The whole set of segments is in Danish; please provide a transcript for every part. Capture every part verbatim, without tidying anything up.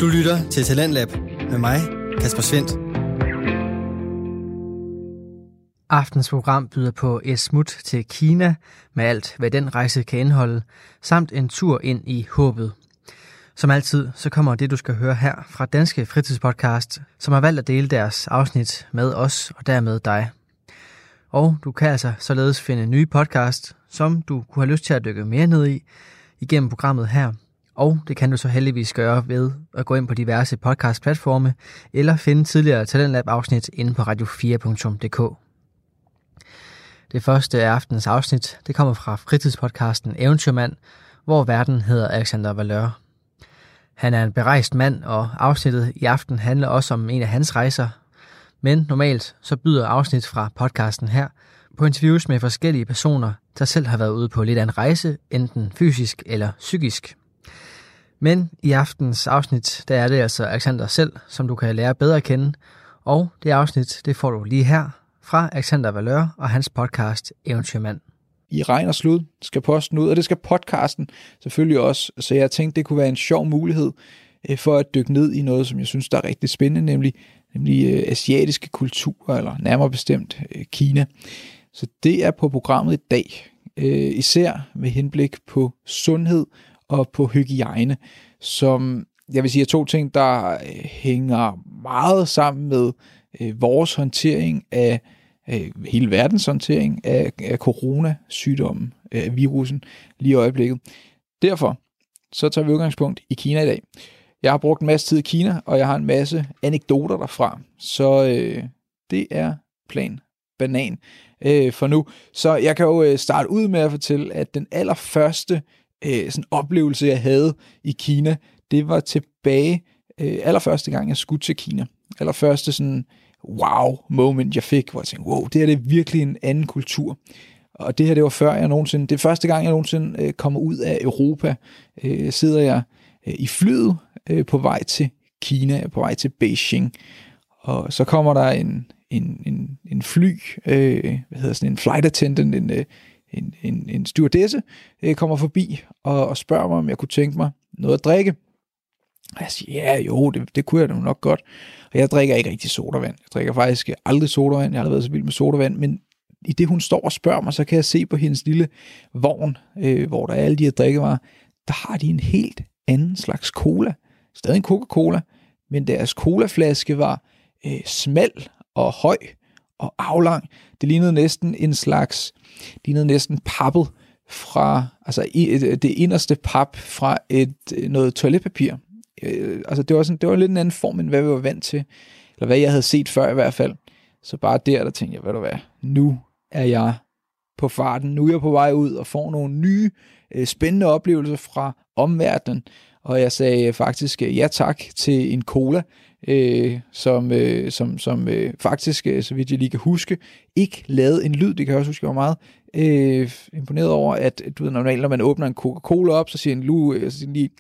Du lytter til Talentlab med mig, Kasper Svendt. Aftens program byder på et smut til Kina med alt, hvad den rejse kan indeholde, samt en tur ind i håbet. Som altid, så kommer det, du skal høre her fra Danske Fritidspodcast, som har valgt at dele deres afsnit med os og dermed dig. Og du kan altså således finde nye podcast, som du kunne have lyst til at dykke mere ned i, igennem programmet her. Og det kan du så heldigvis gøre ved at gå ind på diverse podcastplatforme, eller finde tidligere Talentlab-afsnit inde på radio fire punktum d k. Det første af aftens afsnit, det kommer fra fritidspodcasten Eventyrmand, hvor verden hedder Alexander Valeur. Han er en berejst mand, og afsnittet i aften handler også om en af hans rejser. Men normalt så byder afsnit fra podcasten her på interviews med forskellige personer, der selv har været ude på lidt af en rejse, enten fysisk eller psykisk. Men i aftens afsnit, der er det altså Alexander selv, som du kan lære bedre at kende. Og det afsnit, det får du lige her fra Alexander Valeur og hans podcast Eventyrmand. I regn og slud skal posten ud, og det skal podcasten selvfølgelig også. Så jeg tænkte, det kunne være en sjov mulighed for at dykke ned i noget, som jeg synes, der er rigtig spændende, nemlig, nemlig asiatiske kulturer, eller nærmere bestemt Kina. Så det er på programmet i dag, især med henblik på sundhed og på hygiejne, som jeg vil sige er to ting, der hænger meget sammen med vores håndtering af hele verdens håndtering af, af coronasygdommen, af virusen, lige i øjeblikket. Derfor så tager vi udgangspunkt i Kina i dag. Jeg har brugt en masse tid i Kina, og jeg har en masse anekdoter derfra, så øh, det er plan banan øh, for nu. Så jeg kan jo starte ud med at fortælle, at den allerførste øh, sådan oplevelse, jeg havde i Kina, det var tilbage øh, allerførste gang, jeg skulle til Kina. Allerførste sådan wow moment, jeg fik, hvor jeg tænkte, wow, det her det er virkelig en anden kultur. Og det her, det var før jeg nogensinde, det er første gang, jeg nogensinde øh, kommer ud af Europa, øh, sidder jeg øh, i flyet øh, på vej til Kina, på vej til Beijing. Og så kommer der en, en, en, en fly, øh, hvad hedder sådan en flight attendant, en, en, en, en stewardesse, øh, kommer forbi og, og spørger mig, om jeg kunne tænke mig noget at drikke. Og jeg siger, ja jo, det, det kunne jeg da nok godt. Og jeg drikker ikke rigtig sodavand. Jeg drikker faktisk aldrig sodavand. Jeg har aldrig været så vild med sodavand. Men i det, hun står og spørger mig, så kan jeg se på hendes lille vogn, øh, hvor der er alle de her drikkevarer, der har de en helt anden slags cola. Stadig en Coca-Cola, men deres colaflaske var øh, smal og høj og aflang. Det lignede næsten en slags, det lignede næsten pappet fra, altså det inderste pap fra et, noget toiletpapir. Øh, altså det var, sådan, det var lidt en anden form, end hvad vi var vant til, eller hvad jeg havde set før i hvert fald. Så bare der, der tænkte jeg, hvad du hvad, nu er jeg på farten, nu er jeg på vej ud og får nogle nye, øh, spændende oplevelser fra omverdenen. Og jeg sagde faktisk ja tak til en cola, øh, som, øh, som, som øh, faktisk, øh, så vidt jeg lige kan huske, ikke lavede en lyd. Det kan jeg også huske, jeg var meget øh, imponeret over, at du ved, normalt, når man åbner en Coca-Cola op, så siger en lue, øh, så siger den lige,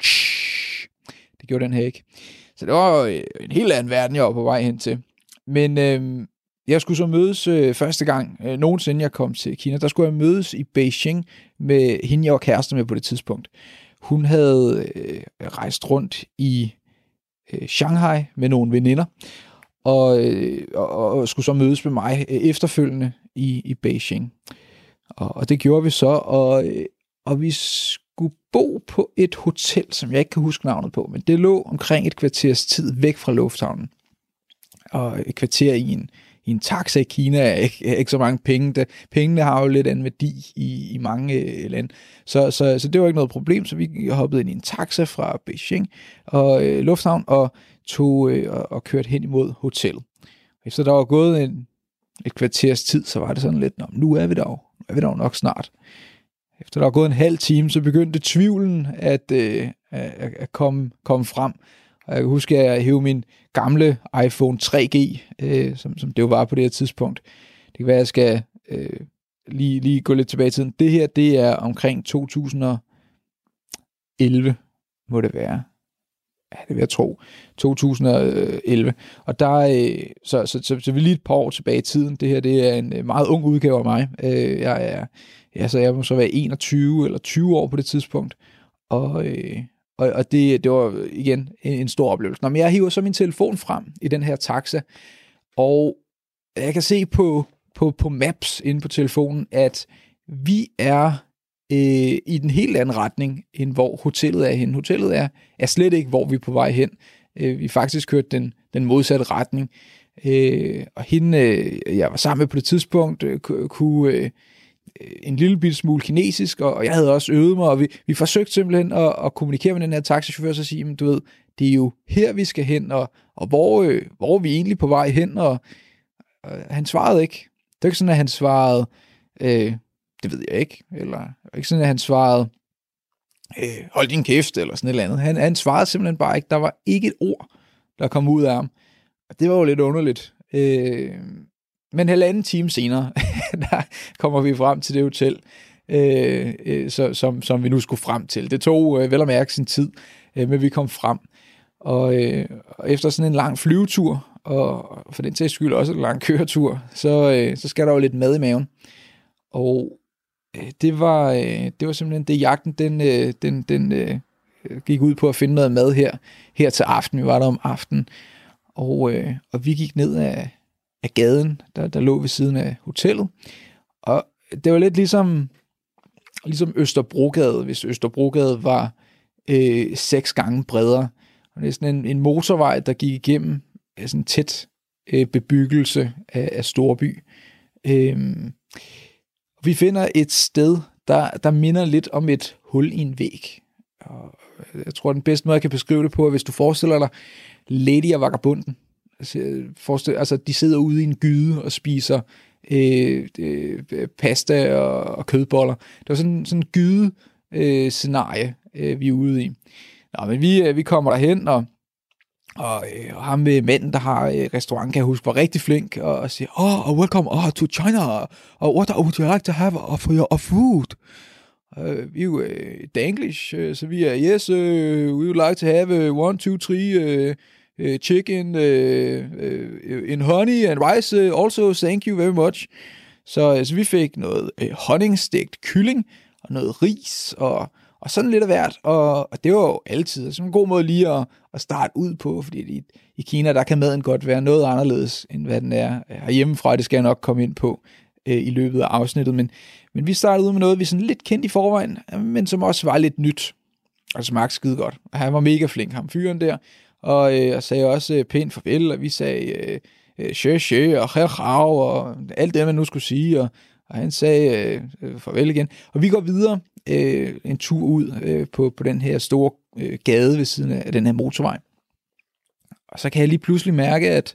det gjorde den her ikke. Så det var øh, en helt anden verden, jeg var på vej hen til. Men øh, jeg skulle så mødes øh, første gang, øh, nogensinde jeg kom til Kina, der skulle jeg mødes i Beijing med hende, jeg var kærester med på det tidspunkt. Hun havde øh, rejst rundt i øh, Shanghai med nogle veninder, og, øh, og, og skulle så mødes med mig øh, efterfølgende i, i Beijing. Og, og det gjorde vi så, og, øh, og vi skulle bo på et hotel, som jeg ikke kan huske navnet på, men det lå omkring et kvarters tid væk fra lufthavnen. Og et kvarter i en, i en taxa i Kina er ikke, er ikke så mange penge. Der, pengene har jo lidt anden værdi i, i mange øh, lande. Så, så, så det var ikke noget problem, så vi hoppede ind i en taxa fra Beijing og øh, lufthavn og, tog, øh, og, og kørte hen imod hotellet. Efter der var gået en, et kvarters tid, så var det sådan lidt, nu er vi der jo, nu er vi der jo nok snart. Efter der var gået en halv time, så begyndte tvivlen at, øh, at, at komme, komme frem. Og jeg kan huske, at jeg hævde min gamle iPhone tre G, øh, som, som det jo var på det her tidspunkt. Det kan være, at jeg skal øh, lige, lige gå lidt tilbage i tiden. Det her, det er omkring to tusind og elleve, må det være. Ja, det vil jeg tro. to tusind og elleve. Og der, øh, så, så, så, så vi er lige et par år tilbage i tiden. Det her, det er en meget ung udgave af mig. Øh, jeg er, ja, så jeg må så være enogtyve eller tyve år på det tidspunkt. Og, øh, Og, og det, det var igen en, en stor oplevelse. Nå, men jeg hiver så min telefon frem i den her taxa, og jeg kan se på, på, på Maps inde på telefonen, at vi er øh, i den helt anden retning, end hvor hotellet er henne. Hotellet er, er slet ikke, hvor vi er på vej hen. Øh, vi har faktisk kørt den, den modsatte retning. Øh, og hende, øh, jeg var sammen med på det tidspunkt, øh, kunne øh, en lille bitte smule kinesisk, og, og jeg havde også øvet mig, og vi, vi forsøgte simpelthen at, at kommunikere med den her taxichauffør, så sige, men du ved, det er jo her, vi skal hen, og, og hvor, øh, hvor er vi egentlig på vej hen, og, og han svarede ikke. Det var ikke sådan, at han svarede, øh, det ved jeg ikke, eller ikke sådan, at han svarede, øh, hold din kæft, eller sådan et eller andet. Han, han svarede simpelthen bare ikke. Der var ikke et ord, der kom ud af ham. Og det var jo lidt underligt. Øh, men halvanden time senere, der kommer vi frem til det hotel, øh, øh, så, som, som vi nu skulle frem til. Det tog øh, vel at mærke sin tid, øh, men vi kom frem. Og, øh, og efter sådan en lang flyvetur, og for den sags skyld også en lang køretur, så, øh, så skal der jo lidt mad i maven. Og øh, det, var, øh, det var simpelthen det, jagten den, øh, den, den øh, gik ud på at finde noget mad her, her til aften. Vi var der om aftenen, og, øh, og vi gik ned af, af gaden, der, der lå ved siden af hotellet. Og det var lidt ligesom, ligesom Østerbrogade, hvis Østerbrogade var øh, seks gange bredere. Og det er sådan en, en motorvej, der gik igennem sådan tæt øh, bebyggelse af, af storby. Øhm, vi finder et sted, der, der minder lidt om et hul i en væg. Og jeg tror, den bedste måde, jeg kan beskrive det på, er, hvis du forestiller dig Lady og Vagabunden. Altså, forestil, altså de sidder ude i en gyde og spiser øh, øh, pasta og, og kødboller. Det var sådan sådan en gyde øh, scenarie, øh, vi er ude i. Nå, men vi, øh, vi kommer derhen, og Og, øh, og ham med manden, der har øh, restaurant, kan jeg huske, var rigtig flink, og, og siger, oh, welcome oh, to China, oh, what would you like to have for your food? Uh, vi er jo uh, Danglish, uh, så vi er, yes, uh, we would like to have uh, one, two, three uh, uh, chicken uh, uh, in honey and rice, uh, also thank you very much. Så, uh, så vi fik noget uh, honningstegt kylling, og noget ris, og Og sådan lidt af hvert, og, og det var jo altid altså en god måde lige at, at starte ud på, fordi i, i Kina, der kan maden godt være noget anderledes, end hvad den er herhjemmefra. Det skal jeg nok komme ind på øh, i løbet af afsnittet, men, men vi startede ud med noget, vi sådan lidt kendte i forvejen, men som også var lidt nyt, og smagte skide godt. Og han var mega flink, ham fyren der, og, øh, og sagde også øh, pænt farvel, og vi sagde øh, sjø, sjø, og herhav, og alt det, man nu skulle sige, og Og han sagde øh, farvel igen. Og vi går videre øh, en tur ud øh, på, på den her store øh, gade ved siden af den her motorvej. Og så kan jeg lige pludselig mærke, at,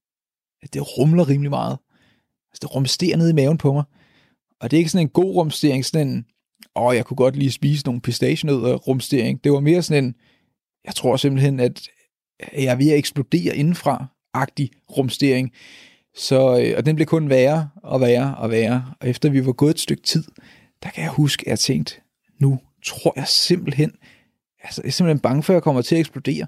at det rumler rimelig meget. Altså det rumsterer ned i maven på mig. Og det er ikke sådan en god rumstering, sådan en, åh, jeg kunne godt lige spise nogle pistachienødder rumstering. Det var mere sådan en, jeg tror simpelthen, at jeg er ved at eksplodere indenfra-agtig rumstering. Så, øh, og den blev kun værre og værre og værre. Og efter vi var gået et stykke tid, der kan jeg huske, at jeg tænkte, nu tror jeg simpelthen, altså jeg er simpelthen bange for, at jeg kommer til at eksplodere.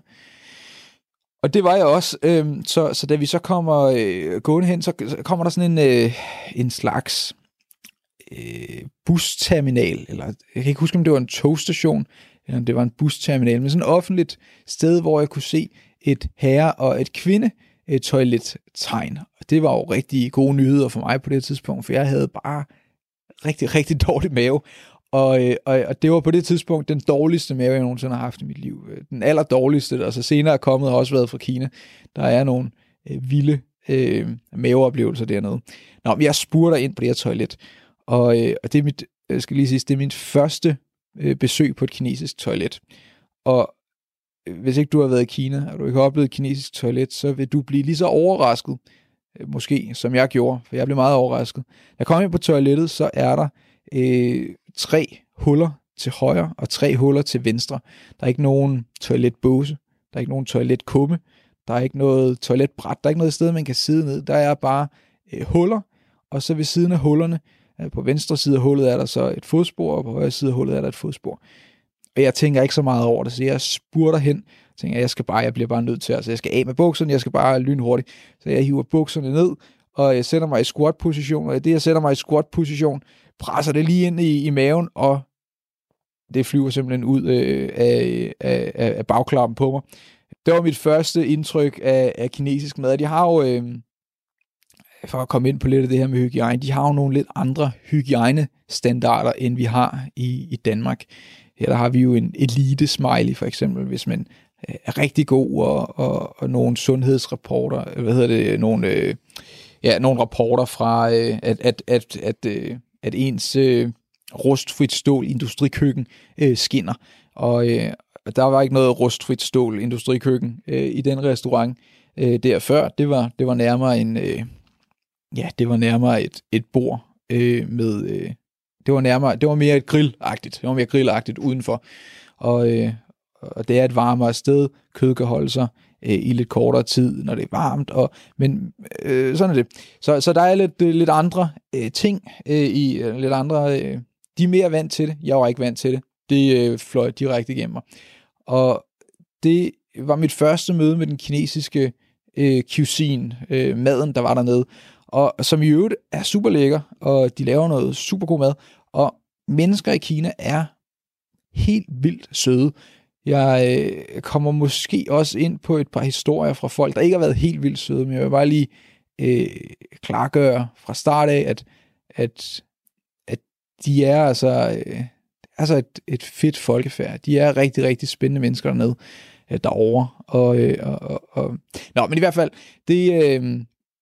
Og det var jeg også. Øh, så, så da vi så kommer øh, gående hen, så, så kommer der sådan en, øh, en slags øh, busterminal, eller jeg kan ikke huske, om det var en togstation, eller om det var en busterminal, men sådan et offentligt sted, hvor jeg kunne se et herre- og et kvinde toilettegn. Og det var jo rigtig gode nyheder for mig på det tidspunkt, for jeg havde bare rigtig, rigtig dårlig mave. Og, og, og det var på det tidspunkt den dårligste mave, jeg nogensinde har haft i mit liv. Den aller dårligste, der så senere er kommet, har også været fra Kina. Der er nogle øh, vilde øh, maveoplevelser dernede. Nå, men jeg spurgte ind på det her toilet, og, øh, og det er mit, jeg skal lige sige, det er mit første øh, besøg på et kinesisk toilet. Og hvis ikke du har været i Kina, og du ikke har oplevet et kinesisk toilet, så vil du blive lige så overrasket, måske, som jeg gjorde, for jeg blev meget overrasket. Da jeg kom ind på toilettet, så er der øh, tre huller til højre, og tre huller til venstre. Der er ikke nogen toiletbåse, der er ikke nogen toiletkumme, der er ikke noget toiletbræt, der er ikke noget sted, man kan sidde ned. Der er bare øh, huller, og så ved siden af hullerne, øh, på venstre side af hullet er der så et fodspor, og på højre side af hullet er der et fodspor. Og jeg tænker ikke så meget over det, så jeg spurter hen. Jeg tænker, jeg skal bare, jeg bliver bare nødt til, altså jeg skal af med bukserne, jeg skal bare lynhurtigt. Så jeg hiver bukserne ned, og jeg sætter mig i squat-position, og i det, jeg sætter mig i squat-position, presser det lige ind i, i maven, og det flyver simpelthen ud øh, af, af, af bagklappen på mig. Det var mit første indtryk af, af kinesisk mad. De har jo, øh, for at komme ind på lidt af det her med hygiejne, de har jo nogle lidt andre hygiejnestandarder, end vi har i, i Danmark. Her der har vi jo en elite-smiley for eksempel, hvis man er rigtig god, og, og, og nogle sundhedsrapporter, hvad hedder det, nogle, øh, ja, nogle rapporter fra, øh, at, at, at, at, øh, at ens øh, rustfrit stål industrikøkken øh, skinner. Og øh, der var ikke noget rustfrit stål industrikøkken øh, i den restaurant øh, der før. Det var, det var nærmere en, øh, ja, det var nærmere et, et bord øh, med, øh, det var nærmere, det var mere et grillagtigt, det var mere grillagtigt udenfor. Og, øh, og det er et varmere sted. Kød kan holde sig øh, i lidt kortere tid, når det er varmt. Og, men øh, sådan er det. Så, så der er lidt, lidt andre øh, ting øh, i øh, lidt andre. Øh, de er mere vant til det. Jeg var ikke vant til det. Det øh, fløj direkte igennem mig. Og det var mit første møde med den kinesiske øh, cuisine, øh, maden, der var dernede. Og som i øvrigt er super lækker, og de laver noget super god mad. Og mennesker i Kina er helt vildt søde. Jeg øh, kommer måske også ind på et par historier fra folk, der ikke har været helt vildt søde, men jeg vil bare lige øh, klargøre fra start af, at, at, at de er altså, øh, altså et, et fedt folkefærd. De er rigtig, rigtig spændende mennesker dernede, øh, derovre. Og, øh, og, og, og, nå, men i hvert fald, det... Øh,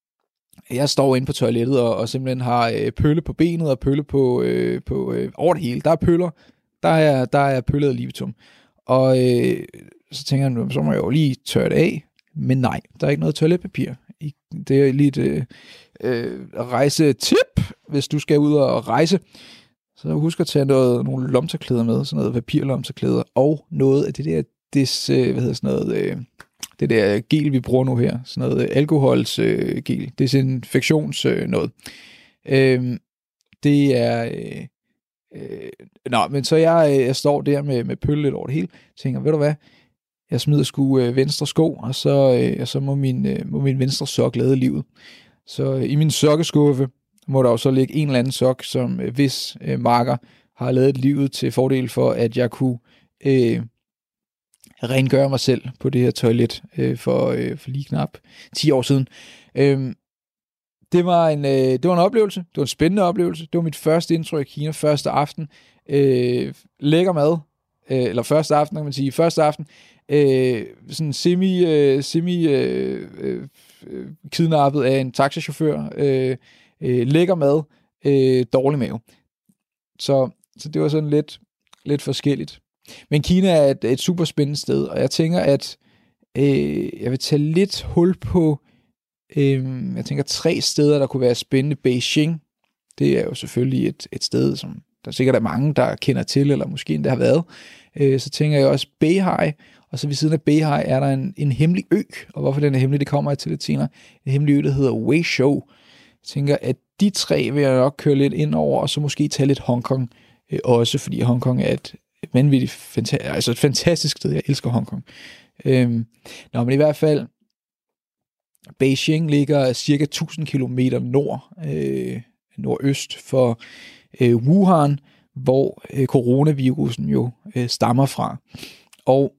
jeg står inde på toilettet og, og simpelthen har øh, pølle på benet og pølle på, øh, på øh, over det hele. Der er pøller. Der er, der er pøllet livitum. Og øh, så tænker jeg, så må jeg jo lige tørre det af. Men nej, der er ikke noget toiletpapir. Det er lige et øh, øh, rejsetip, hvis du skal ud og rejse. Så husk at tage noget, nogle lomterklæder med, sådan noget papirlomterklæder, og noget af det der, des, øh, hvad hedder sådan noget, øh, det der gel, vi bruger nu her, sådan noget alkoholsgel, øh, gel. Desinfektions øh, noget. Øh, det er... Øh, Øh, nå, men så jeg, jeg står der med, med pølle lidt over det hele, tænker, ved du hvad, jeg smider sgu øh, venstre sko, og så, øh, så må, min, øh, må min venstre sok lade livet. Så øh, i min sokkeskuffe må der jo så ligge en eller anden sok, som øh, hvis øh, marker har lavet livet til fordel for, at jeg kunne øh, rengøre mig selv på det her toilet øh, for, øh, for lige knap ti år siden. Øh, Det var, en, øh, det var en oplevelse. Det var en spændende oplevelse. Det var mit første intro i Kina, første aften. Øh, lækker mad. Øh, eller første aften, kan man sige. Første aften. Øh, sådan semi, øh, semi øh, øh, kidnappet af en taxachauffør. Øh, øh, lækker mad. Øh, dårlig mave. Så, så det var sådan lidt, lidt forskelligt. Men Kina er et, et super spændende sted, og jeg tænker, at øh, jeg vil tage lidt hul på Øhm, jeg tænker tre steder, der kunne være spændende. Beijing, det er jo selvfølgelig et, et sted, som der sikkert er mange, der kender til, eller måske endda har været. Øh, så tænker jeg også Beihai, og så ved siden af Beihai er der en, en hemmelig ø, og hvorfor den er hemmelig, det kommer jeg til lidt senere. En hemmelig ø, der hedder Weizhou. Jeg tænker, at de tre vil jeg nok køre lidt ind over, og så måske tage lidt Hongkong øh, også, fordi Hongkong er et, et vanvittigt, fanta- altså et fantastisk sted. Jeg elsker Hongkong. Øhm, nå, men i hvert fald, Beijing ligger cirka tusind kilometer nord, øh, nordøst for øh, Wuhan, hvor øh, coronavirusen jo øh, stammer fra. Og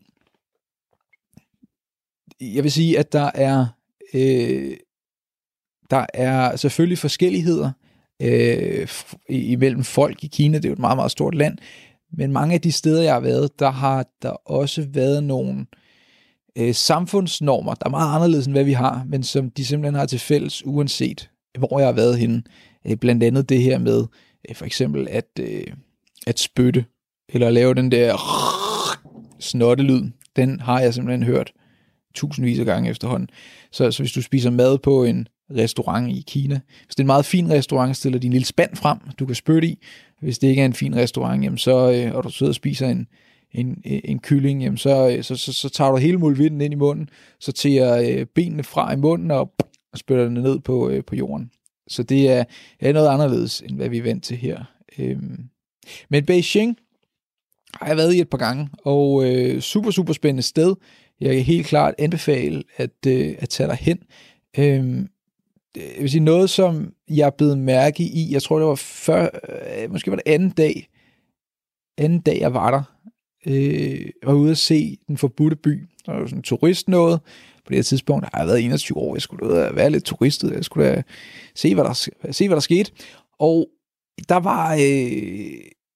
jeg vil sige, at der er øh, der er selvfølgelig forskelligheder øh, imellem folk i Kina. Det er jo et meget, meget stort land. Men mange af de steder, jeg har været, der har der også været nogle øh, samfundsnormer, der er meget anderledes end hvad vi har, men som de simpelthen har til fælles, uanset hvor jeg har været henne. Øh, blandt andet det her med øh, for eksempel at, øh, at spytte, eller lave den der snottelyd. Den har jeg simpelthen hørt tusindvis af gange efterhånden. Så, så hvis du spiser mad på en restaurant i Kina, hvis det er en meget fin restaurant, stiller de en lille spand frem, du kan spytte i. Hvis det ikke er en fin restaurant, jamen så, øh, og du sidder og spiser en, en, en kylling, jamen så, så, så, så tager du hele muldvinden ind i munden, så tager øh, benene fra i munden og, og spytter den ned på, øh, på jorden. Så det er, er noget anderledes, end hvad vi er vant til her. Øhm. Men Beijing har jeg været i et par gange, og øh, super, super spændende sted. Jeg kan helt klart anbefale at, øh, at tage dig hen. Øhm. Jeg vil sige, noget, som jeg er blevet mærke i, jeg tror, det var før, øh, måske var det anden dag, anden dag, jeg var der, øh, var ude at se Den Forbudte By. Der var jo sådan en turist noget. På det her tidspunkt har jeg været enogtyve år. Jeg skulle da være lidt turistet. Jeg skulle da se, hvad der, se, hvad der skete. Og der var, øh,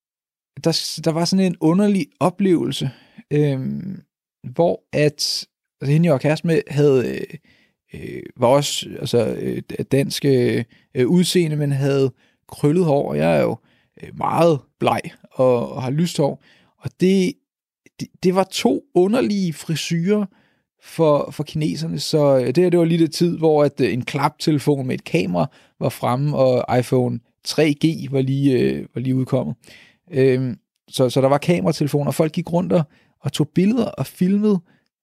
der, der var sådan en underlig oplevelse, øh, hvor at altså, hende, jeg var kæreste med, havde, øh, var også altså, øh, dansk øh, udseende, men havde krøllet hår. Og jeg er jo øh, meget bleg og, og har lyst hår. Og det, det, det var to underlige frisyrer for, for kineserne. Så det her, det var lige det tid, hvor at en klaptelefon med et kamera var fremme, og iPhone tre G var lige, øh, var lige udkommet. Øhm, så, så der var kameratelefoner, og folk gik rundt og, og tog billeder og filmede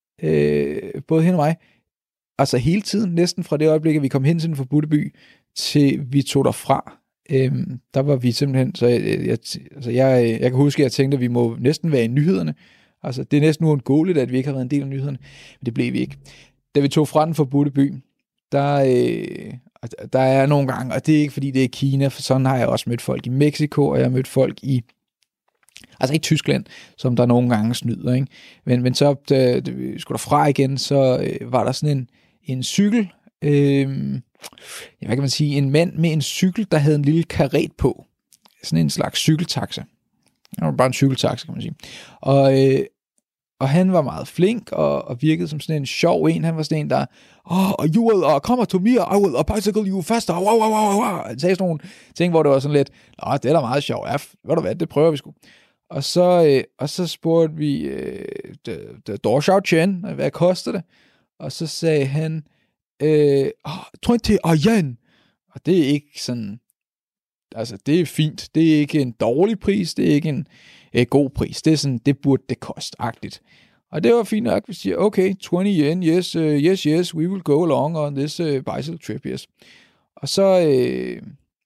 øh, både hende og mig. Altså hele tiden, næsten fra det øjeblik, at vi kom hen til Den Forbudte By, til vi tog derfra. Øhm, der var vi simpelthen, så jeg, jeg, altså jeg, jeg kan huske, at jeg tænkte, at vi må næsten være i nyhederne. Altså det er næsten uundgåeligt, at vi ikke har været en del af nyhederne, men det blev vi ikke. Da vi tog fra Den Forbudte By, der, øh, der er nogle gange, og det er ikke fordi det er Kina, for sådan har jeg også mødt folk i Mexico, og jeg har mødt folk i, altså i Tyskland, som der nogle gange snyder, ikke? Men, men så, da, da vi skulle derfra igen, så øh, var der sådan en, en cykel, øh, hvad kan man sige, en mand med en cykel, der havde en lille karet på. Sådan en slags cykeltaxa. Det var bare en cykeltaxa, kan man sige. Og, øh, og han var meget flink, og, og virkede som sådan en sjov en. Han var sådan en, der, oh, you will uh, come to me, I will uh, bicycle you faster. Wow, wow, wow, wow. Han sagde sådan nogle ting, hvor det var sådan lidt, åh, det er da meget sjovt. Ja, ved du hvad, det prøver vi sgu. Og så, øh, og så spurgte vi, øh, Dor Xiao Chen, hvad koster det? Og så sagde han, øh, oh, tyve yuan. Og det er ikke sådan, altså det er fint. Det er ikke en dårlig pris, det er ikke en øh, god pris. Det er sådan, det burde det koste-agtigt. Og det var fint nok, vi siger, okay, tyve yen, yes, uh, yes, yes, we will go along on this uh, bicycle trip, yes. Og så, øh,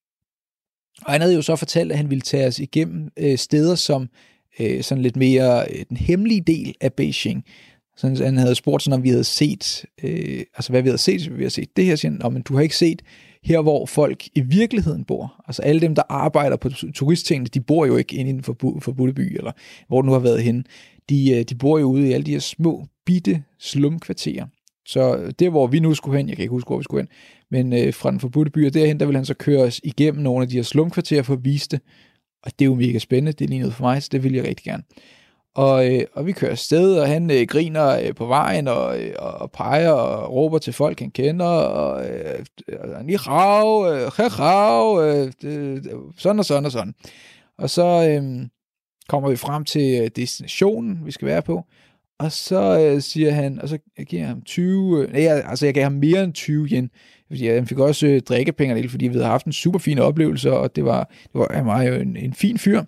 og han havde jo så fortalt, at han ville tage os igennem øh, steder som øh, sådan lidt mere øh, den hemmelige del af Beijing. Så han havde spurgt sådan, om vi havde set, øh, altså hvad vi havde set, så vi havde set det her, siger han, men du har ikke set her, hvor folk i virkeligheden bor. Altså alle dem, der arbejder på turisttingene, de bor jo ikke inde i Den Forbudte By, eller hvor det nu har været henne. De, de bor jo ude i alle de her små, bitte slumkvarterer. Så der, hvor vi nu skulle hen, jeg kan ikke huske, hvor vi skulle hen, men øh, fra Den Forbudte By og derhen, der vil han så køre os igennem nogle af de her slumkvarterer for at vise det. Og det er jo mega spændende, det er lige noget for mig, så det vil jeg rigtig gerne. Og, øh, og vi kører afsted, og han øh, griner øh, på vejen, og, øh, og peger og råber til folk, han kender, og øh, ni hao, øh, he hao, øh, sådan og sådan og sådan. Og så øh, kommer vi frem til destinationen, vi skal være på, og så øh, siger han, og så jeg giver ham tyve, øh, nej, altså jeg gav ham mere end tyve yen, fordi han fik også øh, drikkepenge, fordi vi havde haft en super fin oplevelse, og det var, det var, han var jo en, en fin fyr.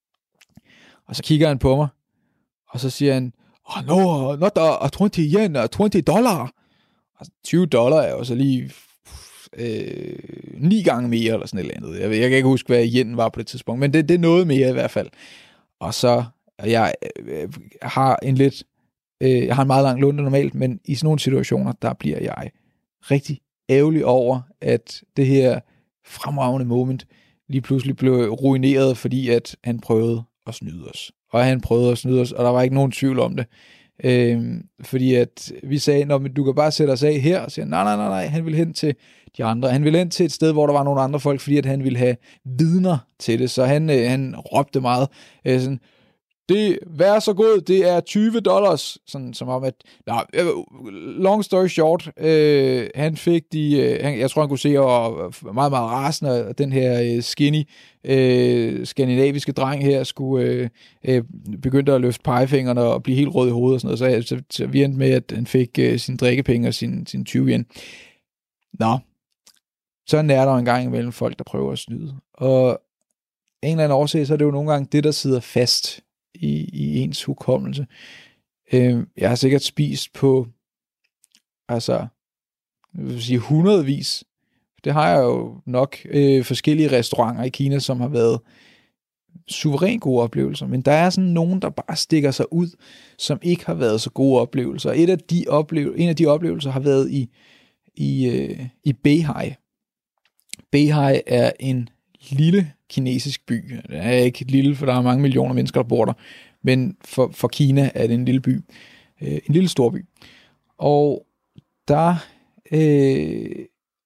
Og så kigger han på mig, og så siger han, oh, no, not a tyve yen, a tyve dollar. Altså, tyve dollar er jo så lige øh, ni gange mere, eller sådan et eller andet. Jeg, jeg kan ikke huske, hvad yen var på det tidspunkt, men det, det er noget mere i hvert fald. Og så, jeg øh, har en lidt, øh, jeg har en meget lang lunde normalt, men i sådan nogle situationer, der bliver jeg rigtig ærgerlig over, at det her fremragende moment lige pludselig blev ruineret, fordi at han prøvede at snyde os. Og han prøvede at snyde os, og der var ikke nogen tvivl om det. Øhm, fordi at vi sagde, nå, men du kan bare sætte os af her, og siger, nej, nej, nej, nej, han ville hen til de andre. Han ville hen til et sted, hvor der var nogle andre folk, fordi at han ville have vidner til det. Så han, øh, han råbte meget, øh, sådan, det, vær så god, det er tyve dollars, sådan som om at, nej, long story short, øh, han fik de, øh, han, jeg tror han kunne se, og meget, meget rasende, at den her øh, skinny, øh, skandinaviske dreng her, skulle øh, øh, begynde at løfte pegefingrene og blive helt rød i hovedet og sådan noget, så, så, så vi endte med, at han fik øh, sin drikkepenge og sin, sin tyve yen. Nå, sådan er der en gang imellem folk, der prøver at snyde, og en eller anden årsag, så er det jo nogle gange det, der sidder fast i, i ens hukommelse. Øh, jeg har sikkert spist på, altså, jeg vil sige hundredvis, det har jeg jo nok, øh, forskellige restauranter i Kina, som har været suverænt gode oplevelser, men der er sådan nogen, der bare stikker sig ud, som ikke har været så gode oplevelser. Et af de oplevelser, en af de oplevelser har været i, i, øh, i Beihai. Beihai er en lille kinesisk by. Det er ikke lille, for der er mange millioner mennesker, der bor der, men for, for Kina er det en lille by. Øh, en lille storby. Og der øh,